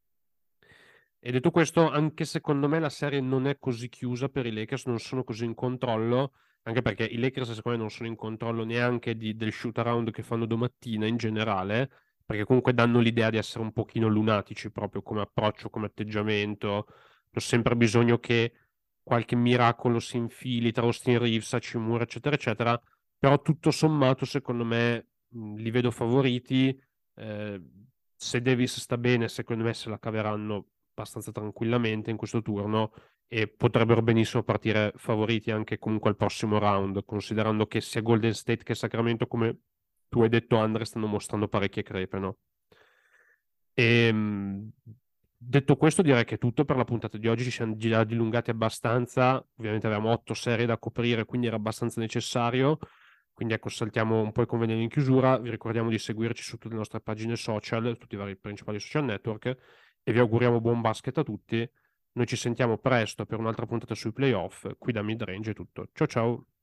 E detto questo, anche secondo me la serie non è così chiusa per i Lakers, non sono così in controllo, anche perché i Lakers secondo me non sono in controllo neanche del shoot around che fanno domattina in generale, perché comunque danno l'idea di essere un pochino lunatici proprio come approccio, come atteggiamento. Ho sempre bisogno che qualche miracolo si infili tra Austin Reeves, Hachimura, eccetera, eccetera. Però tutto sommato, secondo me, li vedo favoriti. Eh, se Davis sta bene, secondo me se la caveranno abbastanza tranquillamente in questo turno e potrebbero benissimo partire favoriti anche comunque al prossimo round, considerando che sia Golden State che Sacramento, come tu hai detto, Andre, stanno mostrando parecchie crepe, no? E Detto questo, direi che è tutto per la puntata di oggi. Ci siamo già dilungati abbastanza. Ovviamente avevamo 8 serie da coprire, quindi era abbastanza necessario. Quindi ecco, saltiamo un po' i convegni in chiusura. Vi ricordiamo di seguirci su tutte le nostre pagine social, tutti i vari principali social network, e vi auguriamo buon basket a tutti. Noi ci sentiamo presto per un'altra puntata sui playoff. Qui da Midrange è tutto. Ciao ciao!